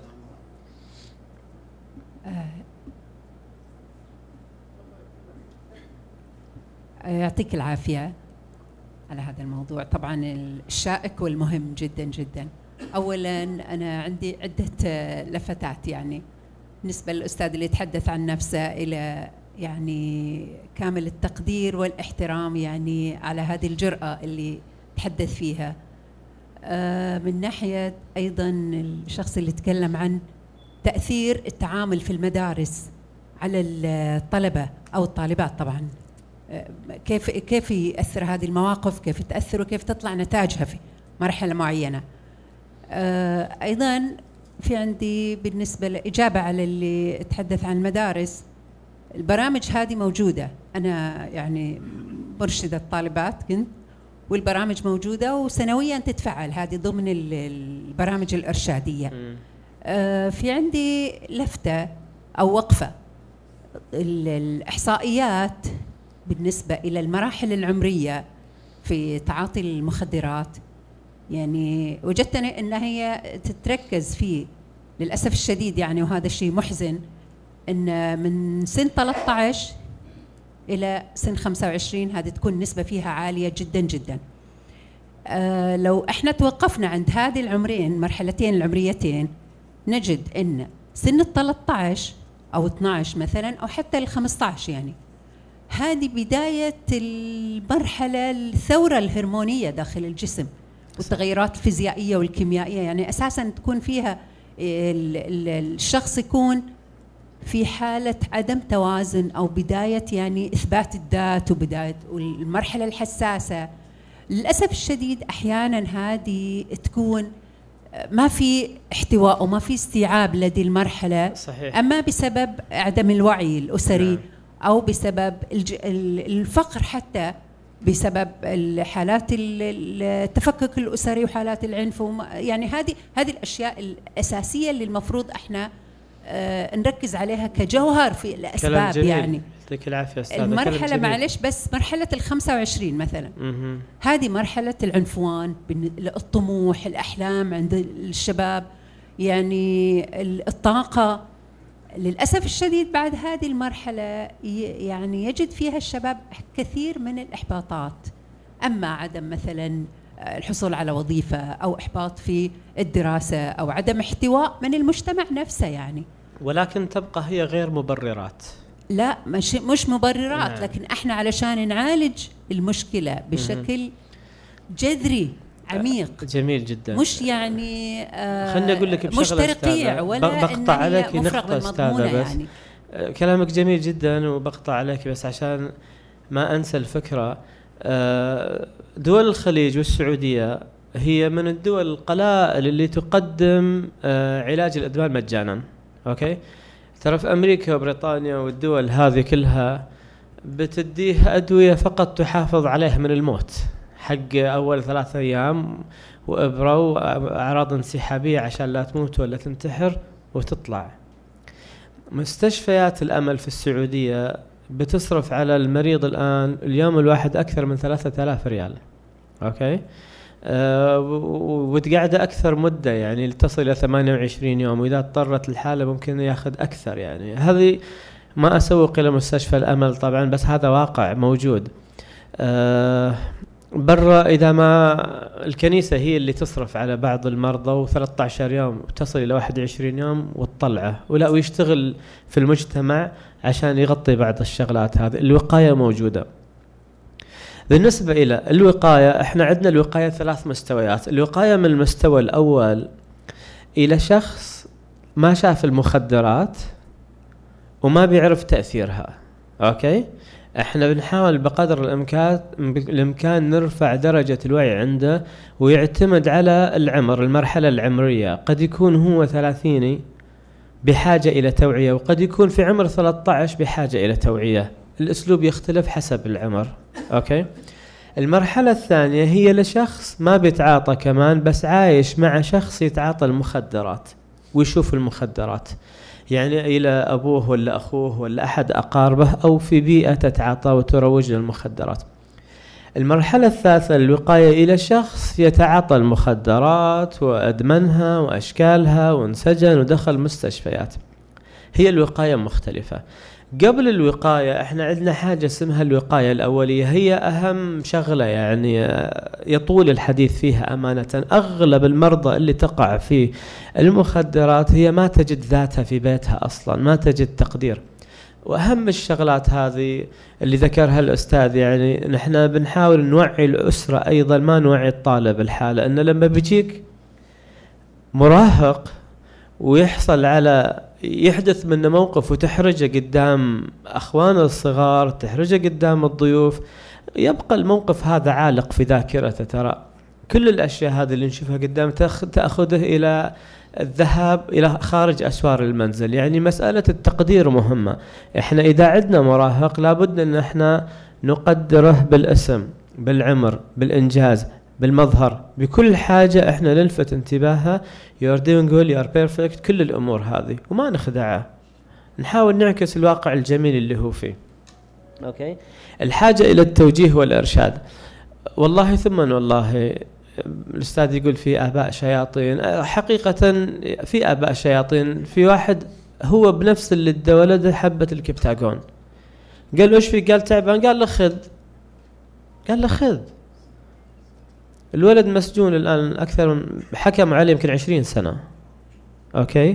يعطيك العافية على هذا الموضوع طبعا الشائك والمهم جدا جدا. أولا أنا عندي عدة لفتات يعني بالنسبة للأستاذ اللي يتحدث عن نفسه إلى يعني كامل التقدير والاحترام يعني على هذه الجرأة اللي تحدث فيها. آه من ناحية أيضا الشخص اللي تكلم عن تأثير التعامل في المدارس على الطلبة أو الطالبات طبعا، آه كيف كيف يأثر هذه المواقف، كيف تأثر وكيف تطلع نتائجها في مرحلة معينة. آه أيضا في عندي بالنسبة لإجابة على اللي تحدث عن المدارس، البرامج هذه موجودة. أنا يعني مرشدة طالبات كنت، والبرامج موجودة وسنويا تتفعل هذه ضمن البرامج الإرشادية. آه في عندي لفتة أو وقفة، الإحصائيات بالنسبة إلى المراحل العمرية في تعاطي المخدرات يعني وجدت أن هي تتركز فيه للأسف الشديد يعني، وهذا الشيء محزن، أن من سن ثلاثة عشر إلى سن خمسة وعشرين هذه تكون نسبة فيها عالية جدا جدا. آه لو احنا توقفنا عند هذه العمرين مرحلتين العمريتين نجد أن سن الثلاثة عشر أو اثنا عشر مثلا أو حتى الخمسة عشر يعني هذه بداية المرحلة الثورة الهرمونية داخل الجسم والتغيرات الفيزيائية والكيميائية، يعني أساساً تكون فيها الشخص يكون في حالة عدم توازن أو بداية يعني إثبات الذات وبداية المرحلة الحساسة. للأسف الشديد أحياناً هذه تكون ما في احتواء وما في استيعاب لدي المرحلة. صحيح. أما بسبب عدم الوعي الأسري. نعم. أو بسبب الفقر، حتى بسبب الحالات التفكك الأسري وحالات العنف، يعني هذه هذه الأشياء الأساسية اللي المفروض احنا آه نركز عليها كجوهر في الأسباب. كلام جميل. يعني يعطيك العافية أستاذ. المرحلة معلش بس مرحلة الخمسة وعشرين مثلا مه. هذه مرحلة العنفوان، الطموح، الأحلام عند الشباب، يعني الطاقة. للأسف الشديد بعد هذه المرحلة يعني يجد فيها الشباب كثير من الإحباطات، أما عدم مثلا الحصول على وظيفة أو إحباط في الدراسة أو عدم احتواء من المجتمع نفسه يعني. ولكن تبقى هي غير مبررات. لا مش مش مبررات. نعم. لكن احنا علشان نعالج المشكلة بشكل جذري عميق. جميل جدا. مش يعني آه خليني اقول لك مش ترقيع ولا بقطع عليك نقطة أستاذة بس يعني. كلامك جميل جدا وبقطع عليك بس عشان ما انسى الفكرة. دول الخليج والسعودية هي من الدول القلائل اللي تقدم علاج الإدمان مجانا. اوكي، ترى في امريكا وبريطانيا والدول هذه كلها بتديه ادوية فقط تحافظ عليه من الموت، حق أول ثلاثة أيام وإبرة وأعراض انسحابية عشان لا تموت ولا تنتحر وتطلع. مستشفيات الأمل في السعودية بتصرف على المريض الآن اليوم الواحد أكثر من ثلاثة آلاف ريال. أوكي، أه وتقعد أكثر مدة يعني تصل إلى ثمانية وعشرين يوم، وإذا اضطرت الحالة ممكن يأخذ أكثر. يعني هذه ما أسوق إلى مستشفى الأمل طبعا، بس هذا واقع موجود. أه برا إذا ما الكنيسة هي اللي تصرف على بعض المرضى وثلاثة عشر يوم وتصل إلى واحد وعشرين يوم وتطلعه، ولا ويشتغل في المجتمع عشان يغطي بعض الشغلات هذه. الوقاية موجودة. بالنسبة إلى الوقاية، احنا عندنا الوقاية ثلاث مستويات. الوقاية من المستوى الأول إلى شخص ما شاف المخدرات وما بيعرف تأثيرها. أوكي، احنا بنحاول بقدر الامكان الامكان نرفع درجة الوعي عنده، ويعتمد على العمر، المرحلة العمرية. قد يكون هو ثلاثيني بحاجة الى توعية، وقد يكون في عمر ثلاثة عشر بحاجة الى توعية. الاسلوب يختلف حسب العمر. اوكي، المرحلة الثانية هي لشخص ما بيتعاطى كمان، بس عايش مع شخص يتعاطى المخدرات ويشوف المخدرات، يعني إلى أبوه ولا أخوه ولا أحد أقاربه أو في بيئة تتعاطى وتروج للمخدرات. المرحلة الثالثة الوقاية إلى شخص يتعاطى المخدرات وأدمنها وأشكالها وانسجن ودخل مستشفيات. هي الوقاية مختلفة. قبل الوقاية احنا عندنا حاجة اسمها الوقاية الأولية، هي أهم شغلة يعني يطول الحديث فيها أمانة. أغلب المرضى اللي تقع في المخدرات هي ما تجد ذاتها في بيتها أصلا، ما تجد تقدير. وأهم الشغلات هذه اللي ذكرها الأستاذ، يعني نحن بنحاول نوعي الأسرة أيضا، ما نوعي الطالب الحالة. أنه لما بيجيك مراهق ويحصل على يحدث منه موقف وتحرجه قدام أخوانه الصغار، تحرجه قدام الضيوف، يبقى الموقف هذا عالق في ذاكرته. ترى كل الأشياء هذه اللي نشوفها قدام تأخذه إلى الذهاب إلى خارج أسوار المنزل. يعني مسألة التقدير مهمة. إحنا إذا عندنا مراهق لابد أن إحنا نقدره بالاسم، بالعمر، بالإنجاز، بالمظهر، بكل حاجة احنا نلفت انتباهها. you're doing well, you're perfect، كل الأمور هذه، وما نخدعه، نحاول نعكس الواقع الجميل اللي هو فيه. أوكي، الحاجة إلى التوجيه والإرشاد. والله ثم والله الأستاذ يقول في آباء شياطين. حقيقة في آباء شياطين. في واحد هو بنفس اللي ادى ولده حبة الكبتاغون، قال له ايش في؟ قال تعبان. قال له خذ. قال له خذ. الولد مسجون الآن أكثر من حكم عليه يمكن عشرين سنة. أوكي،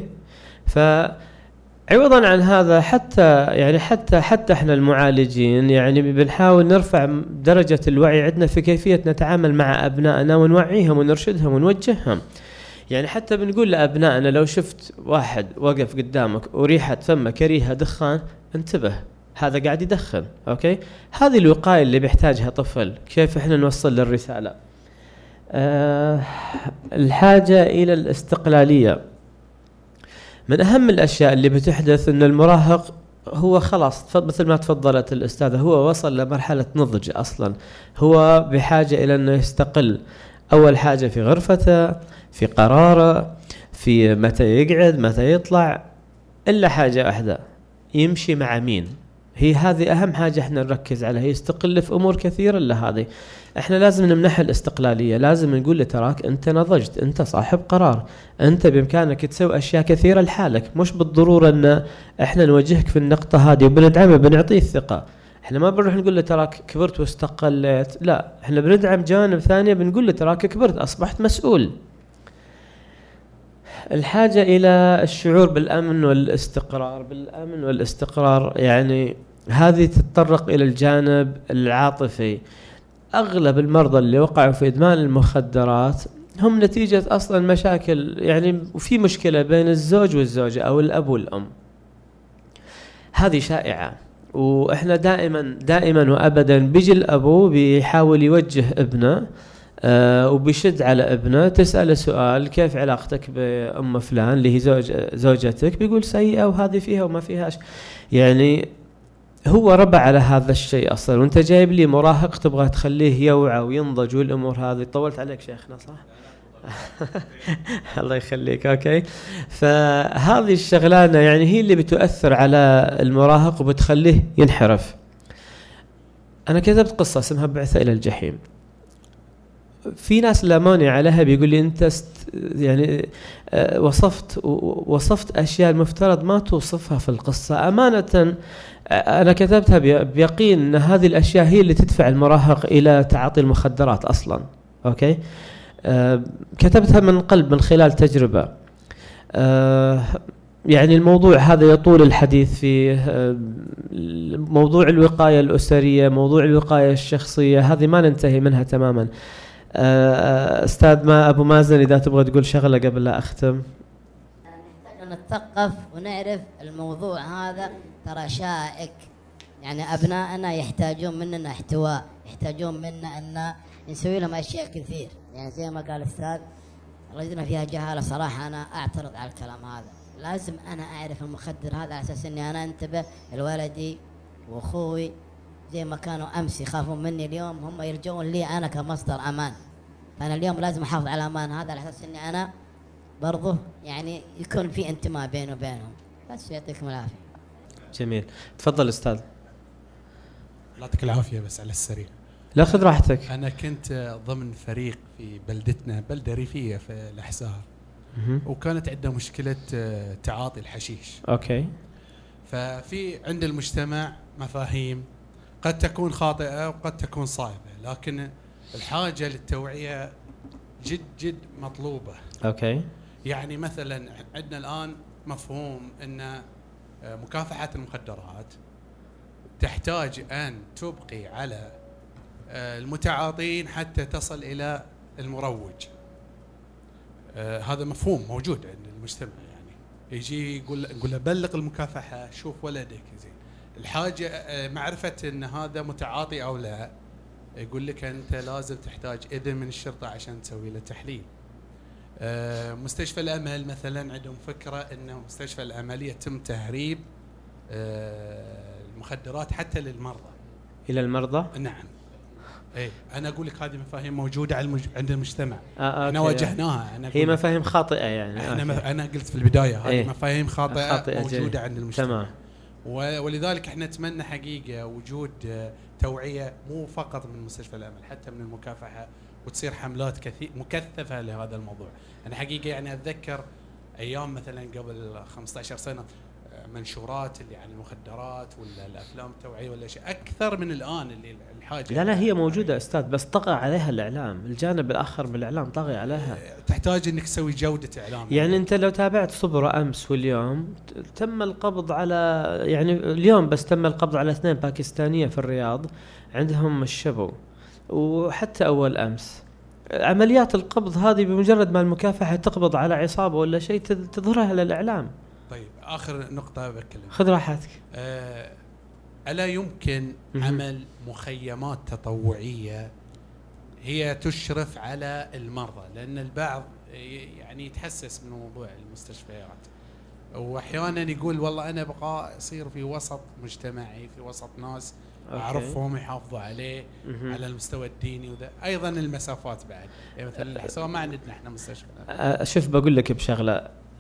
فعوضا عن هذا حتى يعني حتى حتى احنا المعالجين يعني بنحاول نرفع درجة الوعي عندنا في كيفية نتعامل مع أبنائنا ونوعيهم ونرشدهم ونوجههم. يعني حتى بنقول لأبنائنا لو شفت واحد وقف قدامك وريحة فمه كريهة دخان، انتبه، هذا قاعد يدخن. أوكي، هذه الوقاية اللي بيحتاجها طفل. كيف احنا نوصل للرسالة؟ أه الحاجة إلى الاستقلالية. من أهم الأشياء اللي بتحدث أن المراهق هو خلاص مثل ما تفضلت الأستاذة، هو وصل لمرحلة نضج أصلا، هو بحاجة إلى أنه يستقل. أول حاجة في غرفته، في قراره، في متى يقعد، متى يطلع. إلا حاجة واحدة، يمشي مع مين. هي هذه أهم حاجة احنا نركز عليها. يستقل في أمور كثيرة إلا هذه. احنا لازم نمنح الاستقلالية، لازم نقول له تراك أنت نضجت، أنت صاحب قرار، أنت بإمكانك تسوي أشياء كثيرة لحالك، مش بالضرورة أن احنا نوجهك في النقطة هذه وبندعمه بنعطيه الثقة. احنا ما بنروح نقول له تراك كبرت واستقلت، لا، احنا بندعم جانب ثاني، بنقول له تراك كبرت أصبحت مسؤول. الحاجة إلى الشعور بالأمن والاستقرار. بالأمن والاستقرار يعني هذه تتطرق إلى الجانب العاطفي. أغلب المرضى اللي وقعوا في إدمان المخدرات هم نتيجة أصلا مشاكل، يعني وفي مشكلة بين الزوج والزوجة أو الأب والأم. هذه شائعة، وإحنا دائما دائما وأبدا بيجي الأبو بيحاول يوجه ابنه آه وبيشد على ابنه. تسأله سؤال كيف علاقتك بأم فلان اللي هي زوج زوجتك، بيقول سيئة وهذه فيها وما فيهاش. يعني هو ربى على هذا الشيء أصلا، وانت جايب لي مراهق تبغى تخليه يوعى وينضج والأمور هذه. طولت عليك شيخنا صح؟ الله يخليك. أوكي، فهذه الشغلانة يعني هي اللي بتؤثر على المراهق وبتخليه ينحرف. أنا كتبت قصة اسمها بعثة إلى الجحيم. في ناس لا مانع عليها، بيقول لي أنت يعني وصفت وصفت أشياء المفترض ما توصفها في القصة. أمانة أنا كتبتها بيقين أن هذه الأشياء هي اللي تدفع المراهق إلى تعاطي المخدرات أصلا. أوكي، أه كتبتها من قلب من خلال تجربة. أه يعني الموضوع هذا يطول الحديث فيه. أه موضوع الوقاية الأسرية، موضوع الوقاية الشخصية، هذه ما ننتهي منها تماما. أه أستاذ ما أبو مازن، إذا تبغى تقول شغلة قبل لا أختم. نحتاج نتثقف ونعرف الموضوع هذا ترى شائك. يعني أبنائنا يحتاجون مننا احتواء، يحتاجون منا أن نسوي لهم أشياء كثير. يعني زي ما قال الأستاذ، رجلنا فيها جهالة. صراحة أنا أعترض على الكلام هذا. لازم أنا أعرف المخدر هذا على أساس أني أنا أنتبه لولدي وأخوي. زي ما كانوا أمس يخافون مني، اليوم هم يرجعون لي أنا كمصدر أمان. فأنا اليوم لازم أحافظ على الأمان هذا على أساس أني أنا برضه يعني يكون في انتماء بيني وبينهم. بس يعطيكم العافية. جميل، تفضل أستاذ. الله يعطيك العافية. بس على السريع، لا خذ راحتك. أنا كنت ضمن فريق في بلدتنا، بلدة ريفية في الأحساء، وكانت عندنا مشكلة تعاطي الحشيش. أوكي. ففي عند المجتمع مفاهيم قد تكون خاطئة وقد تكون صائبة، لكن الحاجة للتوعية جد جد مطلوبة. أوكي. يعني مثلا عندنا الآن مفهوم أن مكافحة المخدرات تحتاج أن تبقي على المتعاطين حتى تصل إلى المروج. هذا مفهوم موجود عند المجتمع. يعني يجي يقول يقول له بلغ المكافحة، شوف ولدك زين. الحاجة معرفة أن هذا متعاطي أو لا، يقول لك أنت لازم تحتاج إذن من الشرطة عشان تسوي له تحليل. مستشفى الأمل مثلا عندهم فكرة أن مستشفى الأمل يتم تهريب المخدرات حتى للمرضى. إلى المرضى؟ نعم. ايه انا اقول لك هذه مفاهيم موجوده على المج... عند المجتمع. آه احنا واجهناها. أنا هي مفاهيم خاطئه يعني. احنا مف... انا قلت في البدايه هذه إيه؟ مفاهيم خاطئه, خاطئة موجوده جاي. عند المجتمع. تمام. و... ولذلك احنا نتمنى حقيقه وجود توعيه مو فقط من مستشفى الامل، حتى من المكافحه، وتصير حملات كثير مكثفه لهذا الموضوع. انا حقيقه يعني اتذكر ايام مثلا قبل خمسة عشر سنه منشورات اللي عن المخدرات ولا الافلام التوعيه ولا شيء اكثر من الان اللي الحاجه. لا لا هي موجوده استاذ، بس طغى عليها الاعلام، الجانب الاخر بالاعلام طغى عليها. تحتاج انك تسوي جوده اعلام. يعني انت لو تابعت صبرة امس واليوم تم القبض على، يعني اليوم بس تم القبض على اثنين باكستانيه في الرياض عندهم الشبو، وحتى اول امس عمليات القبض هذه بمجرد ما المكافحه تقبض على عصابه ولا شيء تظهرها للاعلام. طيب آخر نقطة بكلم. خذ راحتك. أه ألا يمكن م- عمل مخيمات تطوعية هي تشرف على المرضى؟ لأن البعض يعني يتحسس من موضوع المستشفيات، وأحيانا يقول والله أنا أبغى أصير في وسط مجتمعي، في وسط ناس أعرفهم يحافظوا عليه م- على المستوى الديني، وذا أيضا المسافات بعد. يعني مثلا الحساب ما عندنا إحنا مستشفى. أه شوف بقول لك بشغلة،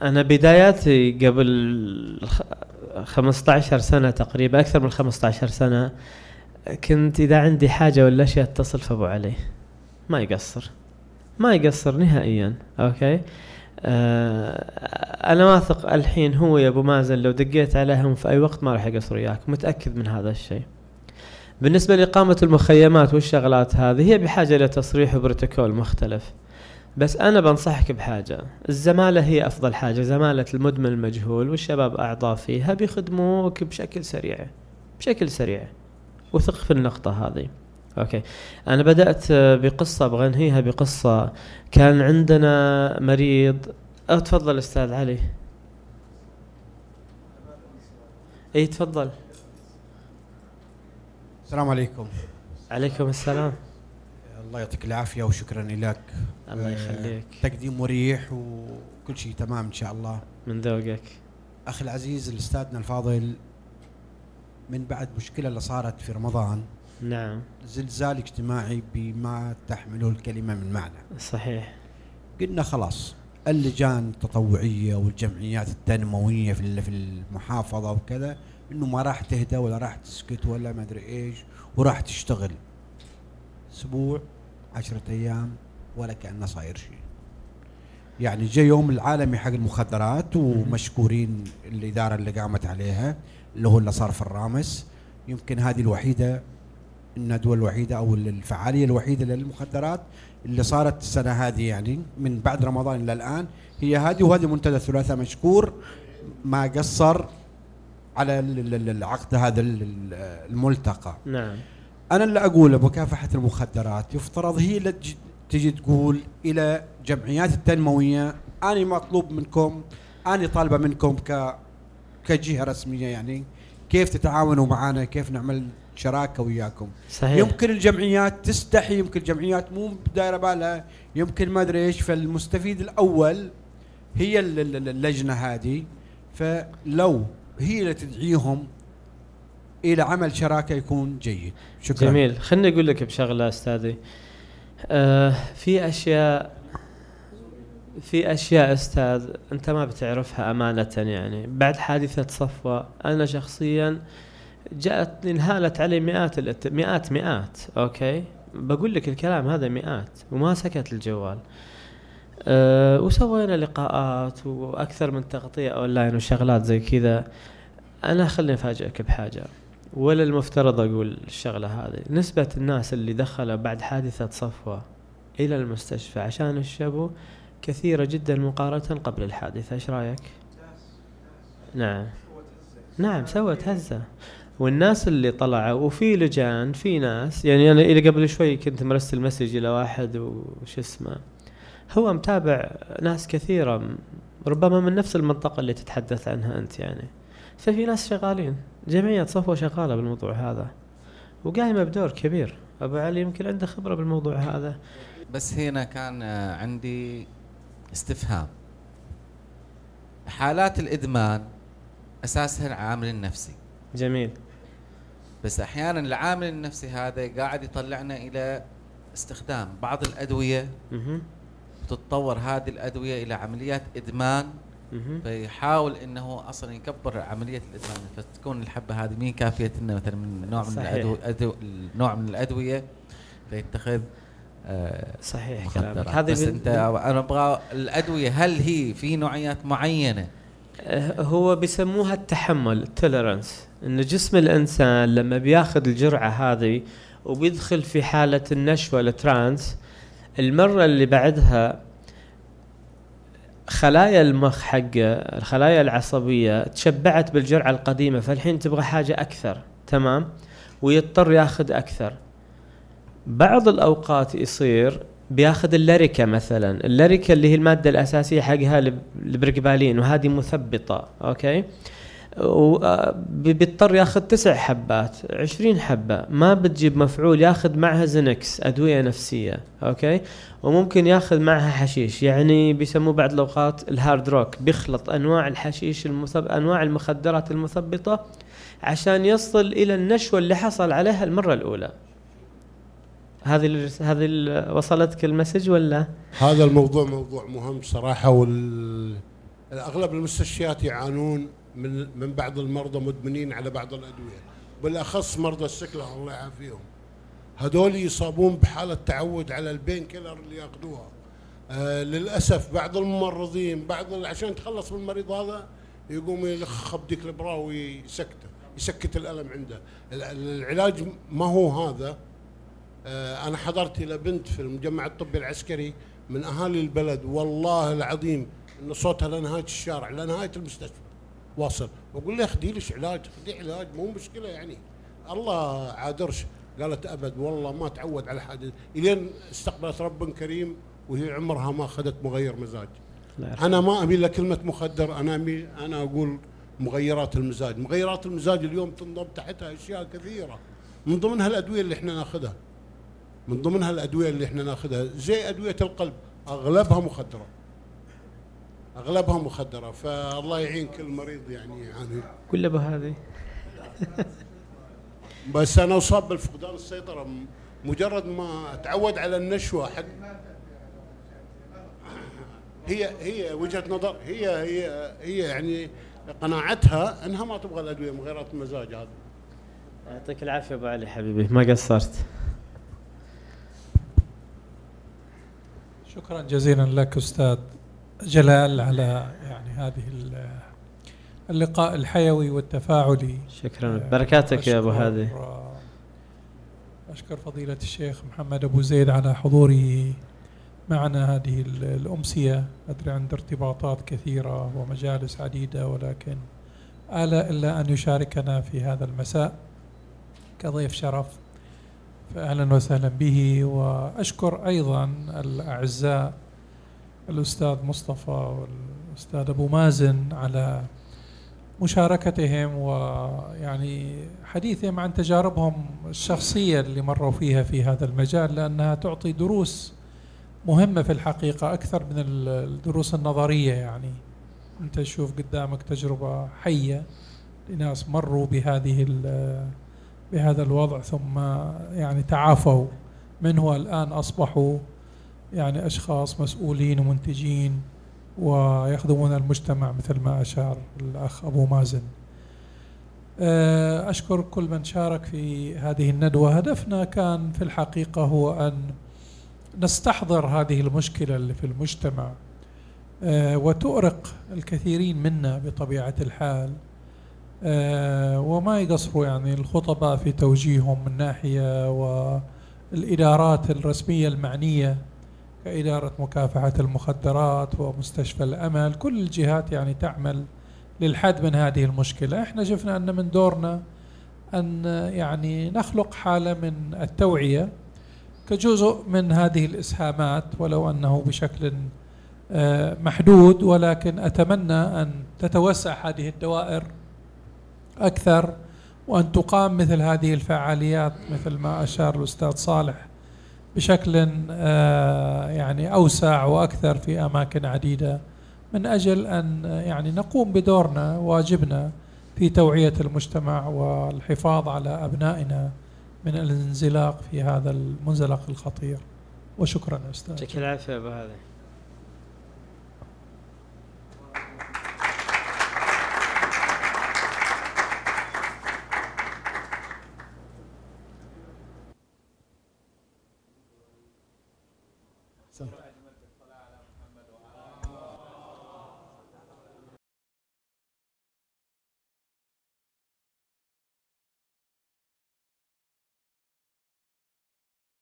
أنا بداياتي قبل خمسة عشر سنة تقريبا، أكثر من خمسة عشر سنة، كنت إذا عندي حاجة ولا شيء أتصل فأبو علي، ما يقصر ما يقصر نهائيا. أوكي. آه أنا واثق الحين هو يا أبو مازن لو دقيت عليهم في أي وقت ما راح يقصر وياك، متأكد من هذا الشيء. بالنسبة لإقامة المخيمات والشغلات هذه هي بحاجة إلى تصريح وبروتوكول مختلف، بس أنا بنصحك بحاجة، الزمالة هي أفضل حاجة، زمالة المدمن المجهول والشباب أعضاء فيها بيخدموك بشكل سريع بشكل سريع وثق في النقطة هذه. أوكي. أنا بدأت بقصة بغنيها بقصة. كان عندنا مريض. أه تفضل أستاذ علي. أي تفضل. السلام عليكم. عليكم السلام. الله يعطيك العافية وشكرا لك. الله يخليك. تقديم مريح وكل شيء تمام إن شاء الله. من ذوقك. أخي العزيز الأستاذنا الفاضل، من بعد مشكلة اللي صارت في رمضان، نعم، زلزال اجتماعي بما تحمله الكلمة من معنى. صحيح. قلنا خلاص اللجان التطوعية والجمعيات التنموية في المحافظة وكذا إنه ما راح تهدى ولا راح تسكت ولا ما أدري إيش، وراح تشتغل أسبوع عشرة أيام ولا كأنه صاير شيء. يعني جاء يوم العالمي حق المخدرات ومشكورين الإدارة اللي قامت عليها اللي هو اللي صار في الرامس. يمكن هذه الوحيدة الندوة الوحيدة أو الفعالية الوحيدة للمخدرات اللي صارت السنة هذه، يعني من بعد رمضان إلى الآن هي هذه. وهذه منتدى الثلاثاء مشكور ما قصر على العقد هذا الملتقى. نعم. أنا اللي أقوله مكافحة المخدرات يفترض هي اللي تجي تقول إلى جمعيات التنموية أنا مطلوب منكم، أنا طالبة منكم ك كجهة رسمية يعني كيف تتعاونوا معنا، كيف نعمل شراكة وياكم. صحيح. يمكن الجمعيات تستحي، يمكن الجمعيات مو بدايرة بالها، يمكن ما أدري إيش. فالمستفيد الأول هي اللجنة هذه، فلو هي اللي تدعيهم إلى عمل شراكة يكون جيد. شكرا. جميل. خلني أقول لك بشغلة أستاذي. آه في أشياء في أشياء أستاذ أنت ما بتعرفها أمانة. يعني بعد حادثة صفوة أنا شخصيا جاءت انهالت علي مئات الات... مئات مئات أوكي، بقول لك الكلام هذا مئات، وما سكت الجوال. أه وسوينا لقاءات وأكثر من تغطية أونلاين وشغلات زي كذا. أنا خلني أفاجئك بحاجة، ولا المفترض أقول الشغلة هذه. نسبة الناس اللي دخلوا بعد حادثة صفوة إلى المستشفى عشان الشبو كثيرة جدا مقارنة قبل الحادثة. إيش رأيك؟ نعم نعم سوت هزة. والناس اللي طلعوا وفي لجان في ناس، يعني أنا إلى قبل شوي كنت مرسل مسج إلى واحد وش اسمه هو متابع ناس كثيرة ربما من نفس المنطقة اللي تتحدث عنها أنت، يعني ففي ناس شغالين. جمعية صفوة شغالة بالموضوع هذا وقايمة بدور كبير. أبو علي يمكن عنده خبرة بالموضوع هذا. بس هنا كان عندي استفهام. حالات الإدمان أساسها العامل النفسي. جميل. بس أحيانا العامل النفسي هذا قاعد يطلعنا إلى استخدام بعض الأدوية، تتطور هذه الأدوية إلى عمليات إدمان، فيحاول إنه أصلا يكبر عملية الإدمان، فتكون الحبة هذه مين كافية لنا مثلا من نوع من الأدوية، نوع من الأدوية فيتخذ آه صحيح كلامك. هذا بس انت انا ابغى الادويه هل هي في نوعيات معينه؟ هو بيسموها التحمل، التوليرانس، ان جسم الانسان لما بياخذ الجرعه هذه وبيدخل في حاله النشوه الترانس، المره اللي بعدها خلايا المخ حقه الخلايا العصبيه تشبعت بالجرعه القديمه، فالحين تبغى حاجه اكثر. تمام. ويضطر ياخذ اكثر. بعض الأوقات يصير بياخذ اللاريكا مثلا، اللاريكا اللي هي المادة الأساسية حقها البرقبالين، وهذه مثبطة. أوكي. وبيضطر ياخذ تسع حبات عشرين حبة، ما بتجيب مفعول، ياخذ معها زنكس أدوية نفسية. أوكي. وممكن ياخذ معها حشيش، يعني بيسموه بعض الأوقات الهارد روك، بيخلط أنواع الحشيش المثب... أنواع المخدرات المثبطة عشان يصل إلى النشوة اللي حصل عليها المرة الأولى. هذه هذه وصلتك المسج ولا؟ هذا الموضوع موضوع مهم صراحة، وال اغلب المستشفيات يعانون من من بعض المرضى مدمنين على بعض الادويه، بالاخص مرضى السكر الله يعافيهم. هذول يصابون بحاله تعود على البين كيلر اللي ياخذوها. آه للاسف بعض الممرضين بعض عشان يتخلص من المريض هذا يقوم يلخ بديك البراوي يسكته، يسكت الالم عنده. العلاج ما هو هذا. آه انا حضرت الى بنت في المجمع الطبي العسكري من اهالي البلد، والله العظيم ان صوتها لنهايه الشارع لنهايه المستشفى واصل، واقول لها خدي ليش علاج، خدي علاج مو مشكله يعني الله عادرش. قالت ابد والله ما تعود على حاجه، الين استقبلت رب كريم وهي عمرها ما اخذت مغير مزاج. انا ما اميل لكلمه مخدر، انا اميل انا اقول مغيرات المزاج. مغيرات المزاج اليوم تنضم تحتها اشياء كثيره، من ضمنها الادويه اللي احنا ناخذها من ضمنها الادويه اللي احنا ناخذها زي ادويه القلب اغلبها مخدره اغلبها مخدره فالله يعين كل مريض يعني يعاني. كل بهذه بس انا اصاب بالفقدان السيطره مجرد ما اتعود على النشوه حق. هي هي وجهه نظر، هي هي هي يعني قناعتها انها ما تبغى الادويه مغيرات المزاج هذا. يعطيك العافيه ابو علي حبيبي، ما قصرت. شكرا جزيلا لك أستاذ جلال على يعني هذه اللقاء الحيوي والتفاعلي. شكرا، بركاتك يا أبو هادي. أشكر فضيلة الشيخ محمد أبو زيد على حضوره معنا هذه الأمسية. أدري عند ارتباطات كثيرة ومجالس عديدة، ولكن آل إلا أن يشاركنا في هذا المساء كضيف شرف، فأهلا وسهلا به. وأشكر أيضا الأعزاء الأستاذ مصطفى والأستاذ أبو مازن على مشاركتهم ويعني حديثهم عن تجاربهم الشخصية اللي مروا فيها في هذا المجال، لأنها تعطي دروس مهمة في الحقيقة أكثر من الدروس النظرية. يعني أنت تشوف قدامك تجربة حية لناس مروا بهذه بهذا الوضع ثم يعني تعافوا منه، والآن أصبحوا يعني أشخاص مسؤولين ومنتجين ويخدمون المجتمع مثل ما أشار الأخ أبو مازن. أشكر كل من شارك في هذه الندوة. هدفنا كان في الحقيقة هو أن نستحضر هذه المشكلة اللي في المجتمع وتؤرق الكثيرين منا بطبيعة الحال، وما يقصروا يعني الخطباء في توجيههم من ناحية، والإدارات الرسمية المعنية كإدارة مكافحة المخدرات ومستشفى الأمل، كل الجهات يعني تعمل للحد من هذه المشكلة. احنا شفنا أن من دورنا أن يعني نخلق حالة من التوعية كجزء من هذه الإسهامات، ولو أنه بشكل محدود، ولكن أتمنى أن تتوسع هذه الدوائر أكثر، وأن تقام مثل هذه الفعاليات مثل ما أشار الأستاذ صالح بشكل يعني أوسع وأكثر في أماكن عديدة، من أجل أن يعني نقوم بدورنا واجبنا في توعية المجتمع والحفاظ على أبنائنا من الانزلاق في هذا المنزلق الخطير. وشكرا أستاذ. يعطيك العافية أبو هذا. So.